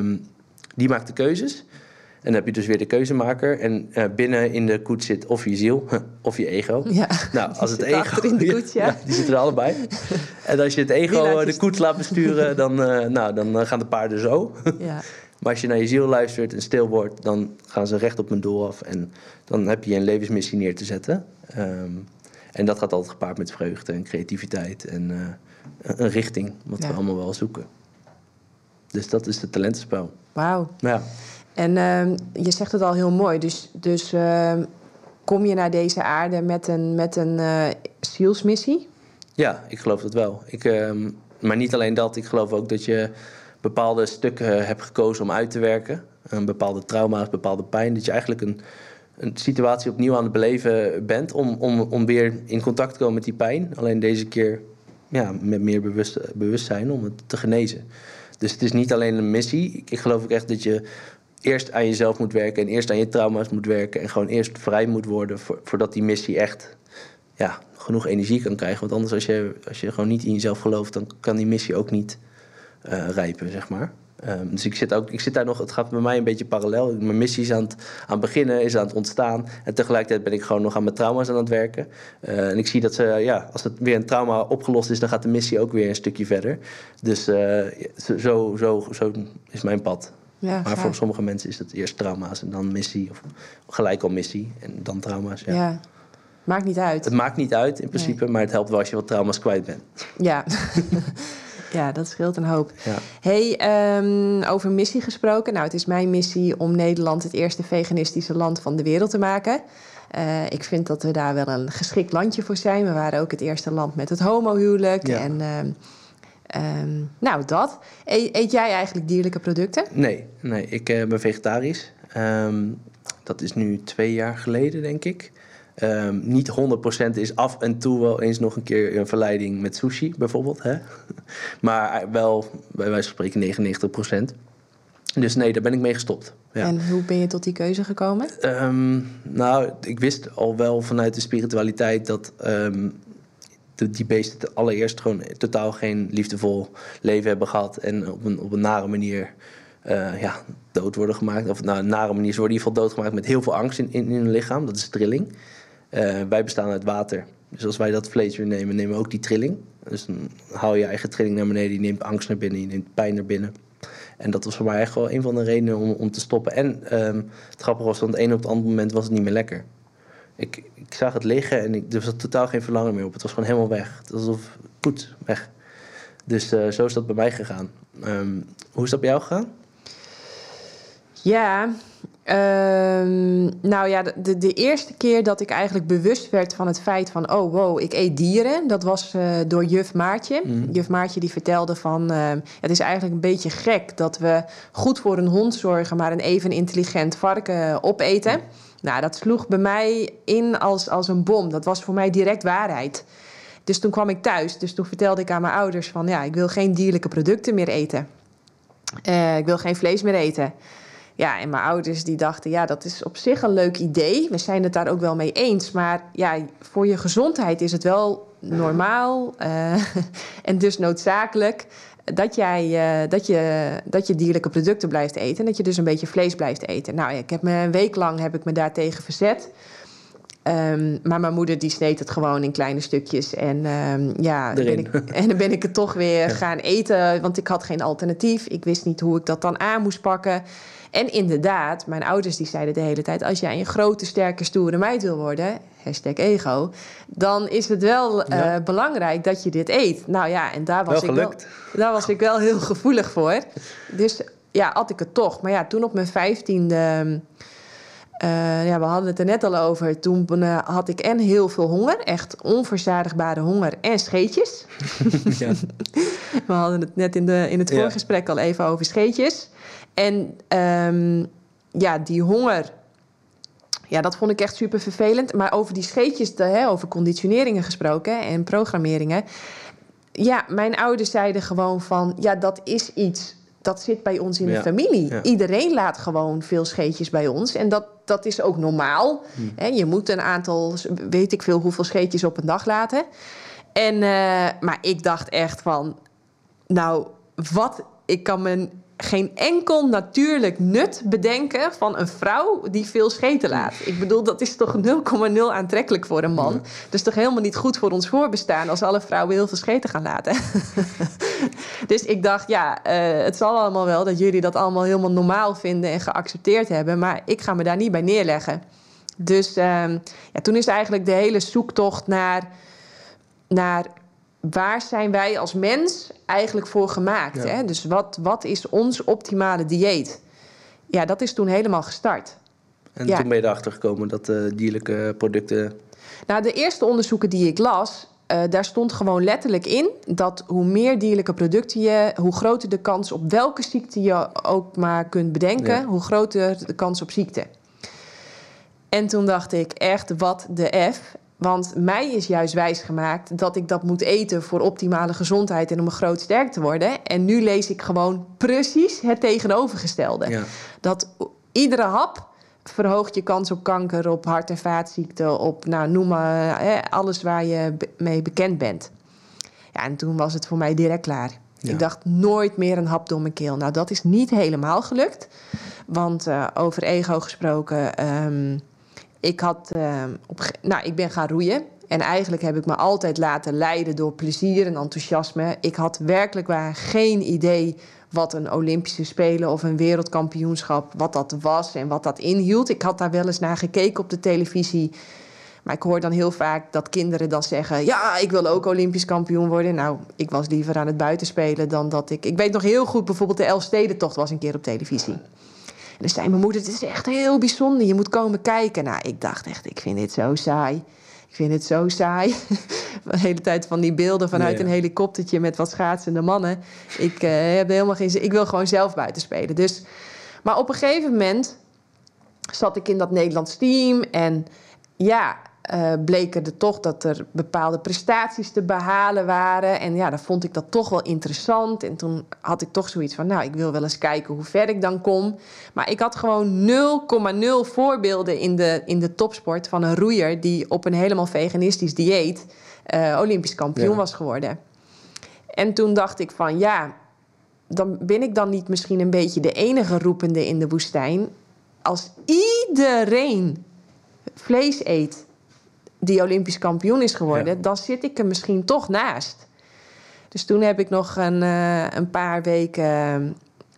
Die maakt de keuzes. En dan heb je dus weer de keuzemaker. En binnen in de koets zit of je ziel of je ego. Ja, nou, als het ego in de koets, ja. Die zitten er allebei. En als je het ego de koets laat besturen, dan gaan de paarden zo. Ja. Maar als je naar je ziel luistert en stil wordt, dan gaan ze recht op een doel af. En dan heb je een levensmissie neer te zetten. En dat gaat altijd gepaard met vreugde en creativiteit en een richting, wat we allemaal wel zoeken. Dus dat is het talentenspel. Wauw. Ja. En je zegt het al heel mooi. Dus kom je naar deze aarde met een zielsmissie? Ja, ik geloof dat wel. Maar niet alleen dat. Ik geloof ook dat je bepaalde stukken hebt gekozen om uit te werken. Bepaalde trauma's, bepaalde pijn. Dat je eigenlijk een situatie opnieuw aan het beleven bent om weer in contact te komen met die pijn. Alleen deze keer met meer bewustzijn om het te genezen. Dus het is niet alleen een missie. Ik geloof ook echt dat je eerst aan jezelf moet werken en eerst aan je trauma's moet werken en gewoon eerst vrij moet worden voordat die missie echt genoeg energie kan krijgen. Want anders als je gewoon niet in jezelf gelooft, dan kan die missie ook niet rijpen, zeg maar. Dus ik zit daar nog, het gaat bij mij een beetje parallel. Mijn missie is aan het beginnen, is aan het ontstaan. En tegelijkertijd ben ik gewoon nog aan mijn trauma's aan het werken. En ik zie dat als het weer een trauma opgelost is, dan gaat de missie ook weer een stukje verder. Dus zo is mijn pad. Ja, maar voor sommige mensen is het eerst trauma's en dan missie. Of gelijk al missie en dan trauma's. Ja. Maakt niet uit. Het maakt niet uit in principe, maar het helpt wel als je wat trauma's kwijt bent. Ja. Ja, dat scheelt een hoop. Ja. Hey, over missie gesproken. Nou, het is mijn missie om Nederland het eerste veganistische land van de wereld te maken. Ik vind dat we daar wel een geschikt landje voor zijn. We waren ook het eerste land met het homohuwelijk. Ja. En dat. Eet jij eigenlijk dierlijke producten? Nee, ik ben vegetarisch. Dat is nu 2 jaar geleden, denk ik. Niet 100% is af en toe wel eens nog een keer een verleiding met sushi, bijvoorbeeld. Hè? Maar wel, bij wijze van spreken, 99%. Dus nee, daar ben ik mee gestopt. Ja. En hoe ben je tot die keuze gekomen? Ik wist al wel vanuit de spiritualiteit dat die beesten allereerst gewoon totaal geen liefdevol leven hebben gehad. En op een nare manier dood worden gemaakt. Of een nare manier, ze worden in ieder geval doodgemaakt met heel veel angst in hun lichaam. Dat is trilling. Wij bestaan uit water Dus als wij dat vlees weer nemen, nemen we ook die trilling. Dus dan haal je je eigen trilling naar beneden. Je neemt angst naar binnen, je neemt pijn naar binnen. En dat was voor mij echt wel een van de redenen om te stoppen. En het grappige was, van het ene op het andere moment was het niet meer lekker. Ik zag het liggen en er zat totaal geen verlangen meer op. Het was gewoon helemaal weg. Het was alsof, poet, weg. Dus zo is dat bij mij gegaan. Hoe is dat bij jou gegaan? Ja, nou ja, de eerste keer dat ik eigenlijk bewust werd van het feit van... oh, wow, ik eet dieren, dat was door juf Maartje. Juf Maartje die vertelde van... het is eigenlijk een beetje gek dat we goed voor een hond zorgen... maar een even intelligent varken opeten. Nou, dat sloeg bij mij in als een bom. Dat was voor mij direct waarheid. Dus toen kwam ik thuis. Dus toen vertelde ik aan mijn ouders van... ja, ik wil geen dierlijke producten meer eten. Ik wil geen vlees meer eten. Ja, en mijn ouders die dachten... ja, dat is op zich een leuk idee. We zijn het daar ook wel mee eens. Maar ja, voor je gezondheid is het wel normaal... en dus noodzakelijk... dat je dierlijke producten blijft eten... en dat je dus een beetje vlees blijft eten. Nou, ik heb me een week lang daartegen verzet... maar mijn moeder die sneed het gewoon in kleine stukjes. En dan ben ik het toch weer gaan eten. Want ik had geen alternatief. Ik wist niet hoe ik dat dan aan moest pakken. En inderdaad, mijn ouders die zeiden de hele tijd... als jij een grote, sterke, stoere meid wil worden... #ego... dan is het wel belangrijk dat je dit eet. Nou ja, en daar was ik wel heel gevoelig voor. Dus ja, at ik het toch. Maar ja, toen op mijn 15e... we hadden het er net al over. Toen had ik en heel veel honger. Echt onverzadigbare honger en scheetjes. Ja. We hadden het net in het voorgesprek al even over scheetjes. En die honger... Ja, dat vond ik echt super vervelend. Maar over die scheetjes, over conditioneringen gesproken... en programmeringen... Ja, mijn ouders zeiden gewoon van... ja, dat is iets... Dat zit bij ons in de familie. Ja. Iedereen laat gewoon veel scheetjes bij ons. En dat is ook normaal. Je moet een aantal, weet ik veel, hoeveel scheetjes op een dag laten. Maar ik dacht echt van... Nou, ik kan me geen enkel natuurlijk nut bedenken... van een vrouw die veel scheten laat. Ik bedoel, dat is toch 0,0 aantrekkelijk voor een man. Dat is toch helemaal niet goed voor ons voorbestaan... als alle vrouwen heel veel scheten gaan laten. Dus ik dacht, het zal allemaal wel... dat jullie dat allemaal helemaal normaal vinden en geaccepteerd hebben... maar ik ga me daar niet bij neerleggen. Dus toen is eigenlijk de hele zoektocht naar waar zijn wij als mens eigenlijk voor gemaakt? Ja. Hè? Dus wat is ons optimale dieet? Ja, dat is toen helemaal gestart. En toen ben je erachter gekomen dat dierlijke producten... Nou, de eerste onderzoeken die ik las... daar stond gewoon letterlijk in dat hoe meer dierlijke producten hoe groter de kans op welke ziekte je ook maar kunt bedenken, hoe groter de kans op ziekte. En toen dacht ik echt, wat de F. Want mij is juist wijsgemaakt dat ik dat moet eten voor optimale gezondheid en om groot sterk te worden. En nu lees ik gewoon precies het tegenovergestelde. Ja. Dat iedere hap verhoogt je kans op kanker, op hart- en vaatziekten, op noem maar alles waar je mee bekend bent. Ja, en toen was het voor mij direct klaar. Ja. Ik dacht nooit meer een hap door mijn keel. Nou, dat is niet helemaal gelukt. Want over ego gesproken, ik ben gaan roeien. En eigenlijk heb ik me altijd laten leiden door plezier en enthousiasme. Ik had werkelijk waar geen idee wat een Olympische Spelen of een wereldkampioenschap, wat dat was en wat dat inhield. Ik had daar wel eens naar gekeken op de televisie. Maar ik hoor dan heel vaak dat kinderen dan zeggen, ja, ik wil ook Olympisch kampioen worden. Nou, ik was liever aan het buitenspelen dan dat ik... Ik weet nog heel goed, bijvoorbeeld de Elfstedentocht was een keer op televisie. En dan zei mijn moeder, het is echt heel bijzonder, je moet komen kijken. Nou, ik dacht echt, ik vind dit zo saai. Ik vind het zo saai. De hele tijd van die beelden vanuit een helikoptertje met wat schaatsende mannen. Ik heb helemaal geen zin. Ik wil gewoon zelf buiten spelen. Dus, maar op een gegeven moment zat ik in dat Nederlands team. En bleek er toch dat er bepaalde prestaties te behalen waren. En ja, dan vond ik dat toch wel interessant. En toen had ik toch zoiets van, nou, ik wil wel eens kijken hoe ver ik dan kom. Maar ik had gewoon 0,0 voorbeelden in de topsport van een roeier die op een helemaal veganistisch dieet Olympisch kampioen was geworden. En toen dacht ik van, dan ben ik dan niet misschien een beetje de enige roepende in de woestijn. Als iedereen vlees eet die Olympisch kampioen is geworden, dan zit ik er misschien toch naast. Dus toen heb ik nog een paar weken,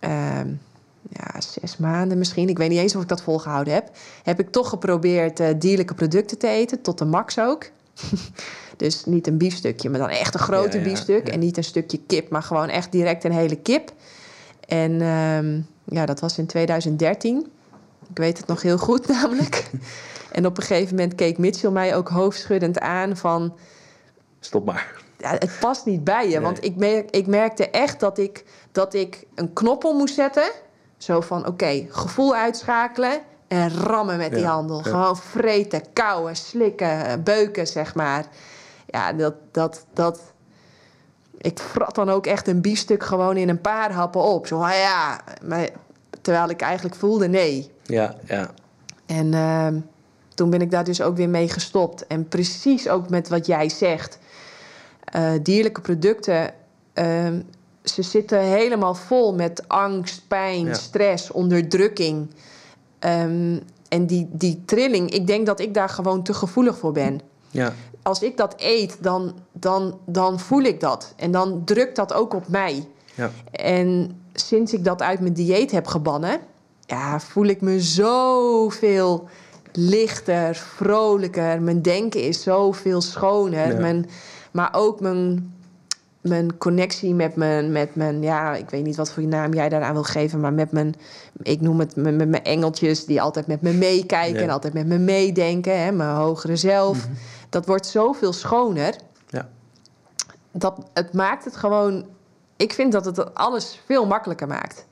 6 maanden misschien, ik weet niet eens of ik dat volgehouden heb ik toch geprobeerd dierlijke producten te eten, tot de max ook. Dus niet een biefstukje, maar dan echt een grote biefstuk. En niet een stukje kip, maar gewoon echt direct een hele kip. En dat was in 2013. Ik weet het nog heel goed namelijk. En op een gegeven moment keek Mitchell mij ook hoofdschuddend aan van... Stop maar. Ja, het past niet bij je. Nee. Want ik merkte echt dat ik een knop om moest zetten. Zo van, oké, gevoel uitschakelen en rammen met die handel. Ja. Gewoon vreten, kauwen, slikken, beuken, zeg maar. Ja, dat... Ik vrat dan ook echt een biefstuk gewoon in een paar happen op. Zo, maar terwijl ik eigenlijk voelde nee. Ja. En toen ben ik daar dus ook weer mee gestopt. En precies ook met wat jij zegt. Dierlijke producten, ze zitten helemaal vol met angst, pijn, stress, onderdrukking. En die trilling, ik denk dat ik daar gewoon te gevoelig voor ben. Ja. Als ik dat eet, dan voel ik dat. En dan drukt dat ook op mij. Ja. En sinds ik dat uit mijn dieet heb gebannen... voel ik me zoveel lichter, vrolijker. Mijn denken is zoveel schoner. Ja. Maar ook mijn connectie met mijn... Ja, ik weet niet wat voor naam jij daaraan wil geven... maar met ik noem het met mijn engeltjes... die altijd met me meekijken en altijd met me meedenken. Hè, mijn hogere zelf... Mm-hmm. Dat wordt zoveel schoner. Ja. Het maakt het gewoon... Ik vind dat het alles veel makkelijker maakt.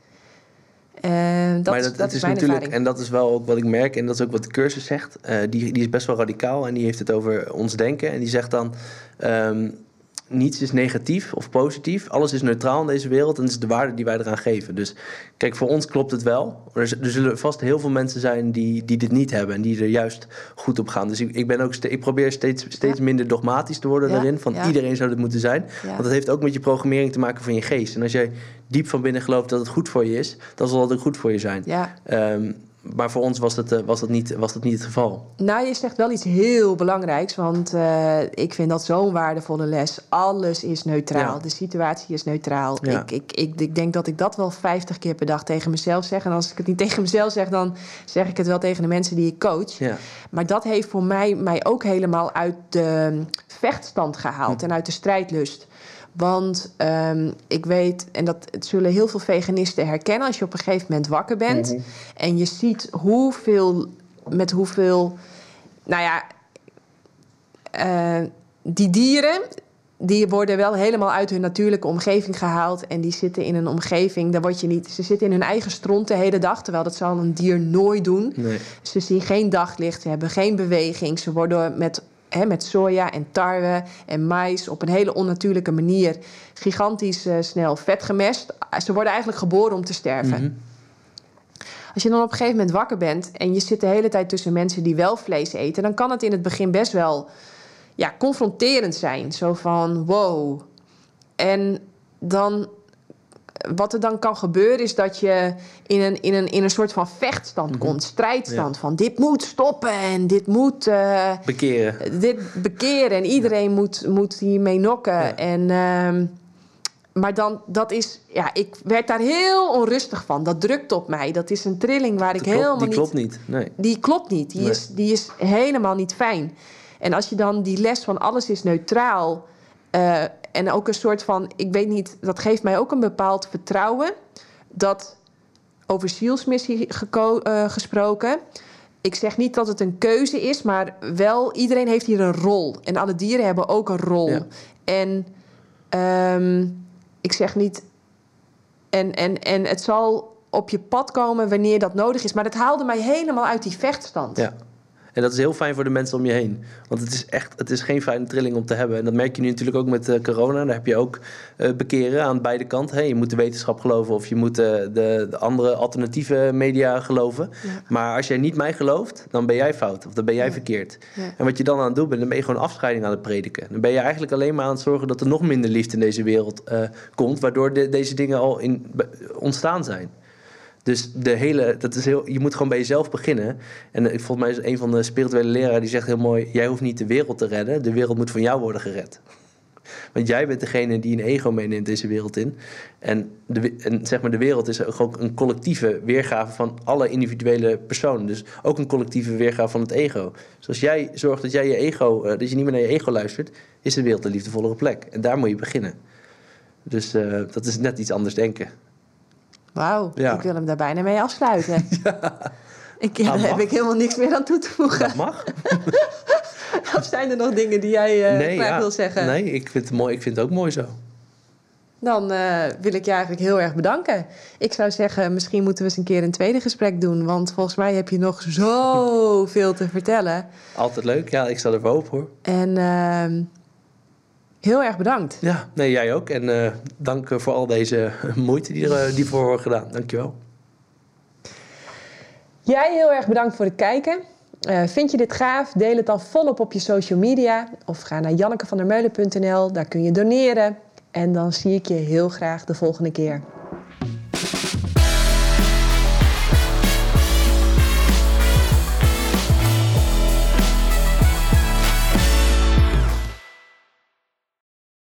Dat is mijn ervaring. En dat is wel ook wat ik merk. En dat is ook wat de cursus zegt. Die is best wel radicaal. En die heeft het over ons denken. En die zegt dan... niets is negatief of positief. Alles is neutraal in deze wereld. En dat is de waarde die wij eraan geven. Dus kijk, voor ons klopt het wel. Er zullen vast heel veel mensen zijn die dit niet hebben. En die er juist goed op gaan. Dus ik probeer steeds minder dogmatisch te worden daarin. Van iedereen zou dit moeten zijn. Ja. Want dat heeft ook met je programmering te maken van je geest. En als jij diep van binnen gelooft dat het goed voor je is... dan zal het ook goed voor je zijn. Ja. Maar voor ons was dat niet het geval. Nou, je zegt wel iets heel belangrijks. Want ik vind dat zo'n waardevolle les. Alles is neutraal. Ja. De situatie is neutraal. Ja. Ik denk dat ik dat wel 50 keer per dag tegen mezelf zeg. En als ik het niet tegen mezelf zeg... dan zeg ik het wel tegen de mensen die ik coach. Ja. Maar dat heeft voor mij ook helemaal uit de vechtstand gehaald. En uit de strijdlust. Want ik weet, en het zullen heel veel veganisten herkennen... als je op een gegeven moment wakker bent... Mm-hmm. En je ziet met hoeveel... die dieren... die worden wel helemaal uit hun natuurlijke omgeving gehaald... en die zitten in een omgeving... ze zitten in hun eigen stront de hele dag... terwijl dat zal een dier nooit doen. Nee. Ze zien geen daglicht, ze hebben geen beweging... ze worden met soja en tarwe en mais op een hele onnatuurlijke manier... gigantisch snel vet gemest. Ze worden eigenlijk geboren om te sterven. Mm-hmm. Als je dan op een gegeven moment wakker bent... en je zit de hele tijd tussen mensen die wel vlees eten... dan kan het in het begin best wel confronterend zijn. Zo van, wow. En dan... Wat er dan kan gebeuren is dat je in een soort van vechtstand komt. Strijdstand van dit moet stoppen en dit moet... bekeren. En iedereen moet hiermee nokken. Ja. En, maar dan, dat is... Ja, ik werd daar heel onrustig van. Dat drukt op mij. Dat is een trilling waar ik helemaal niet... Die klopt niet. Nee. Die klopt niet. Die is helemaal niet fijn. En als je dan die les van alles is neutraal... en ook een soort van, ik weet niet... dat geeft mij ook een bepaald vertrouwen... dat over zielsmissie gesproken... ik zeg niet dat het een keuze is... maar wel, iedereen heeft hier een rol. En alle dieren hebben ook een rol. Ja. En ik zeg niet... En het zal op je pad komen wanneer dat nodig is... maar dat haalde mij helemaal uit die vechtstand. Ja. En dat is heel fijn voor de mensen om je heen. Want het is geen fijne trilling om te hebben. En dat merk je nu natuurlijk ook met corona. Daar heb je ook bekeren aan beide kanten. Je moet de wetenschap geloven of je moet de andere alternatieve media geloven. Ja. Maar als jij niet mij gelooft, dan ben jij fout. Of dan ben jij verkeerd. Ja. En wat je dan aan het doen bent, dan ben je gewoon afscheiding aan het prediken. Dan ben je eigenlijk alleen maar aan het zorgen dat er nog minder liefde in deze wereld komt. Waardoor deze dingen al ontstaan zijn. Dus je moet gewoon bij jezelf beginnen. En volgens mij is een van de spirituele leraren die zegt heel mooi: jij hoeft niet de wereld te redden, de wereld moet van jou worden gered. Want jij bent degene die een ego meeneemt deze wereld in. En zeg maar, de wereld is ook een collectieve weergave van alle individuele personen. Dus ook een collectieve weergave van het ego. Dus als jij zorgt dat dat je niet meer naar je ego luistert, is de wereld een liefdevollere plek. En daar moet je beginnen. Dus dat is net iets anders denken. Wauw, Ja. Ik wil hem daar bijna mee afsluiten. Ja. Daar heb ik helemaal niks meer aan toe te voegen. Dat mag. Of zijn er nog dingen die jij graag wil zeggen? Nee, ik vind het mooi. Ik vind het ook mooi zo. Dan wil ik je eigenlijk heel erg bedanken. Ik zou zeggen, misschien moeten we eens een keer een tweede gesprek doen. Want volgens mij heb je nog zoveel te vertellen. Altijd leuk. Ja, ik sta er voor open, hoor. En heel erg bedankt. Ja, nee, jij ook. En dank voor al deze moeite die voor wordt gedaan. Dankjewel. Jij heel erg bedankt voor het kijken. Vind je dit gaaf? Deel het dan volop op je social media. Of ga naar jannekevandermeulen.nl. Daar kun je doneren. En dan zie ik je heel graag de volgende keer.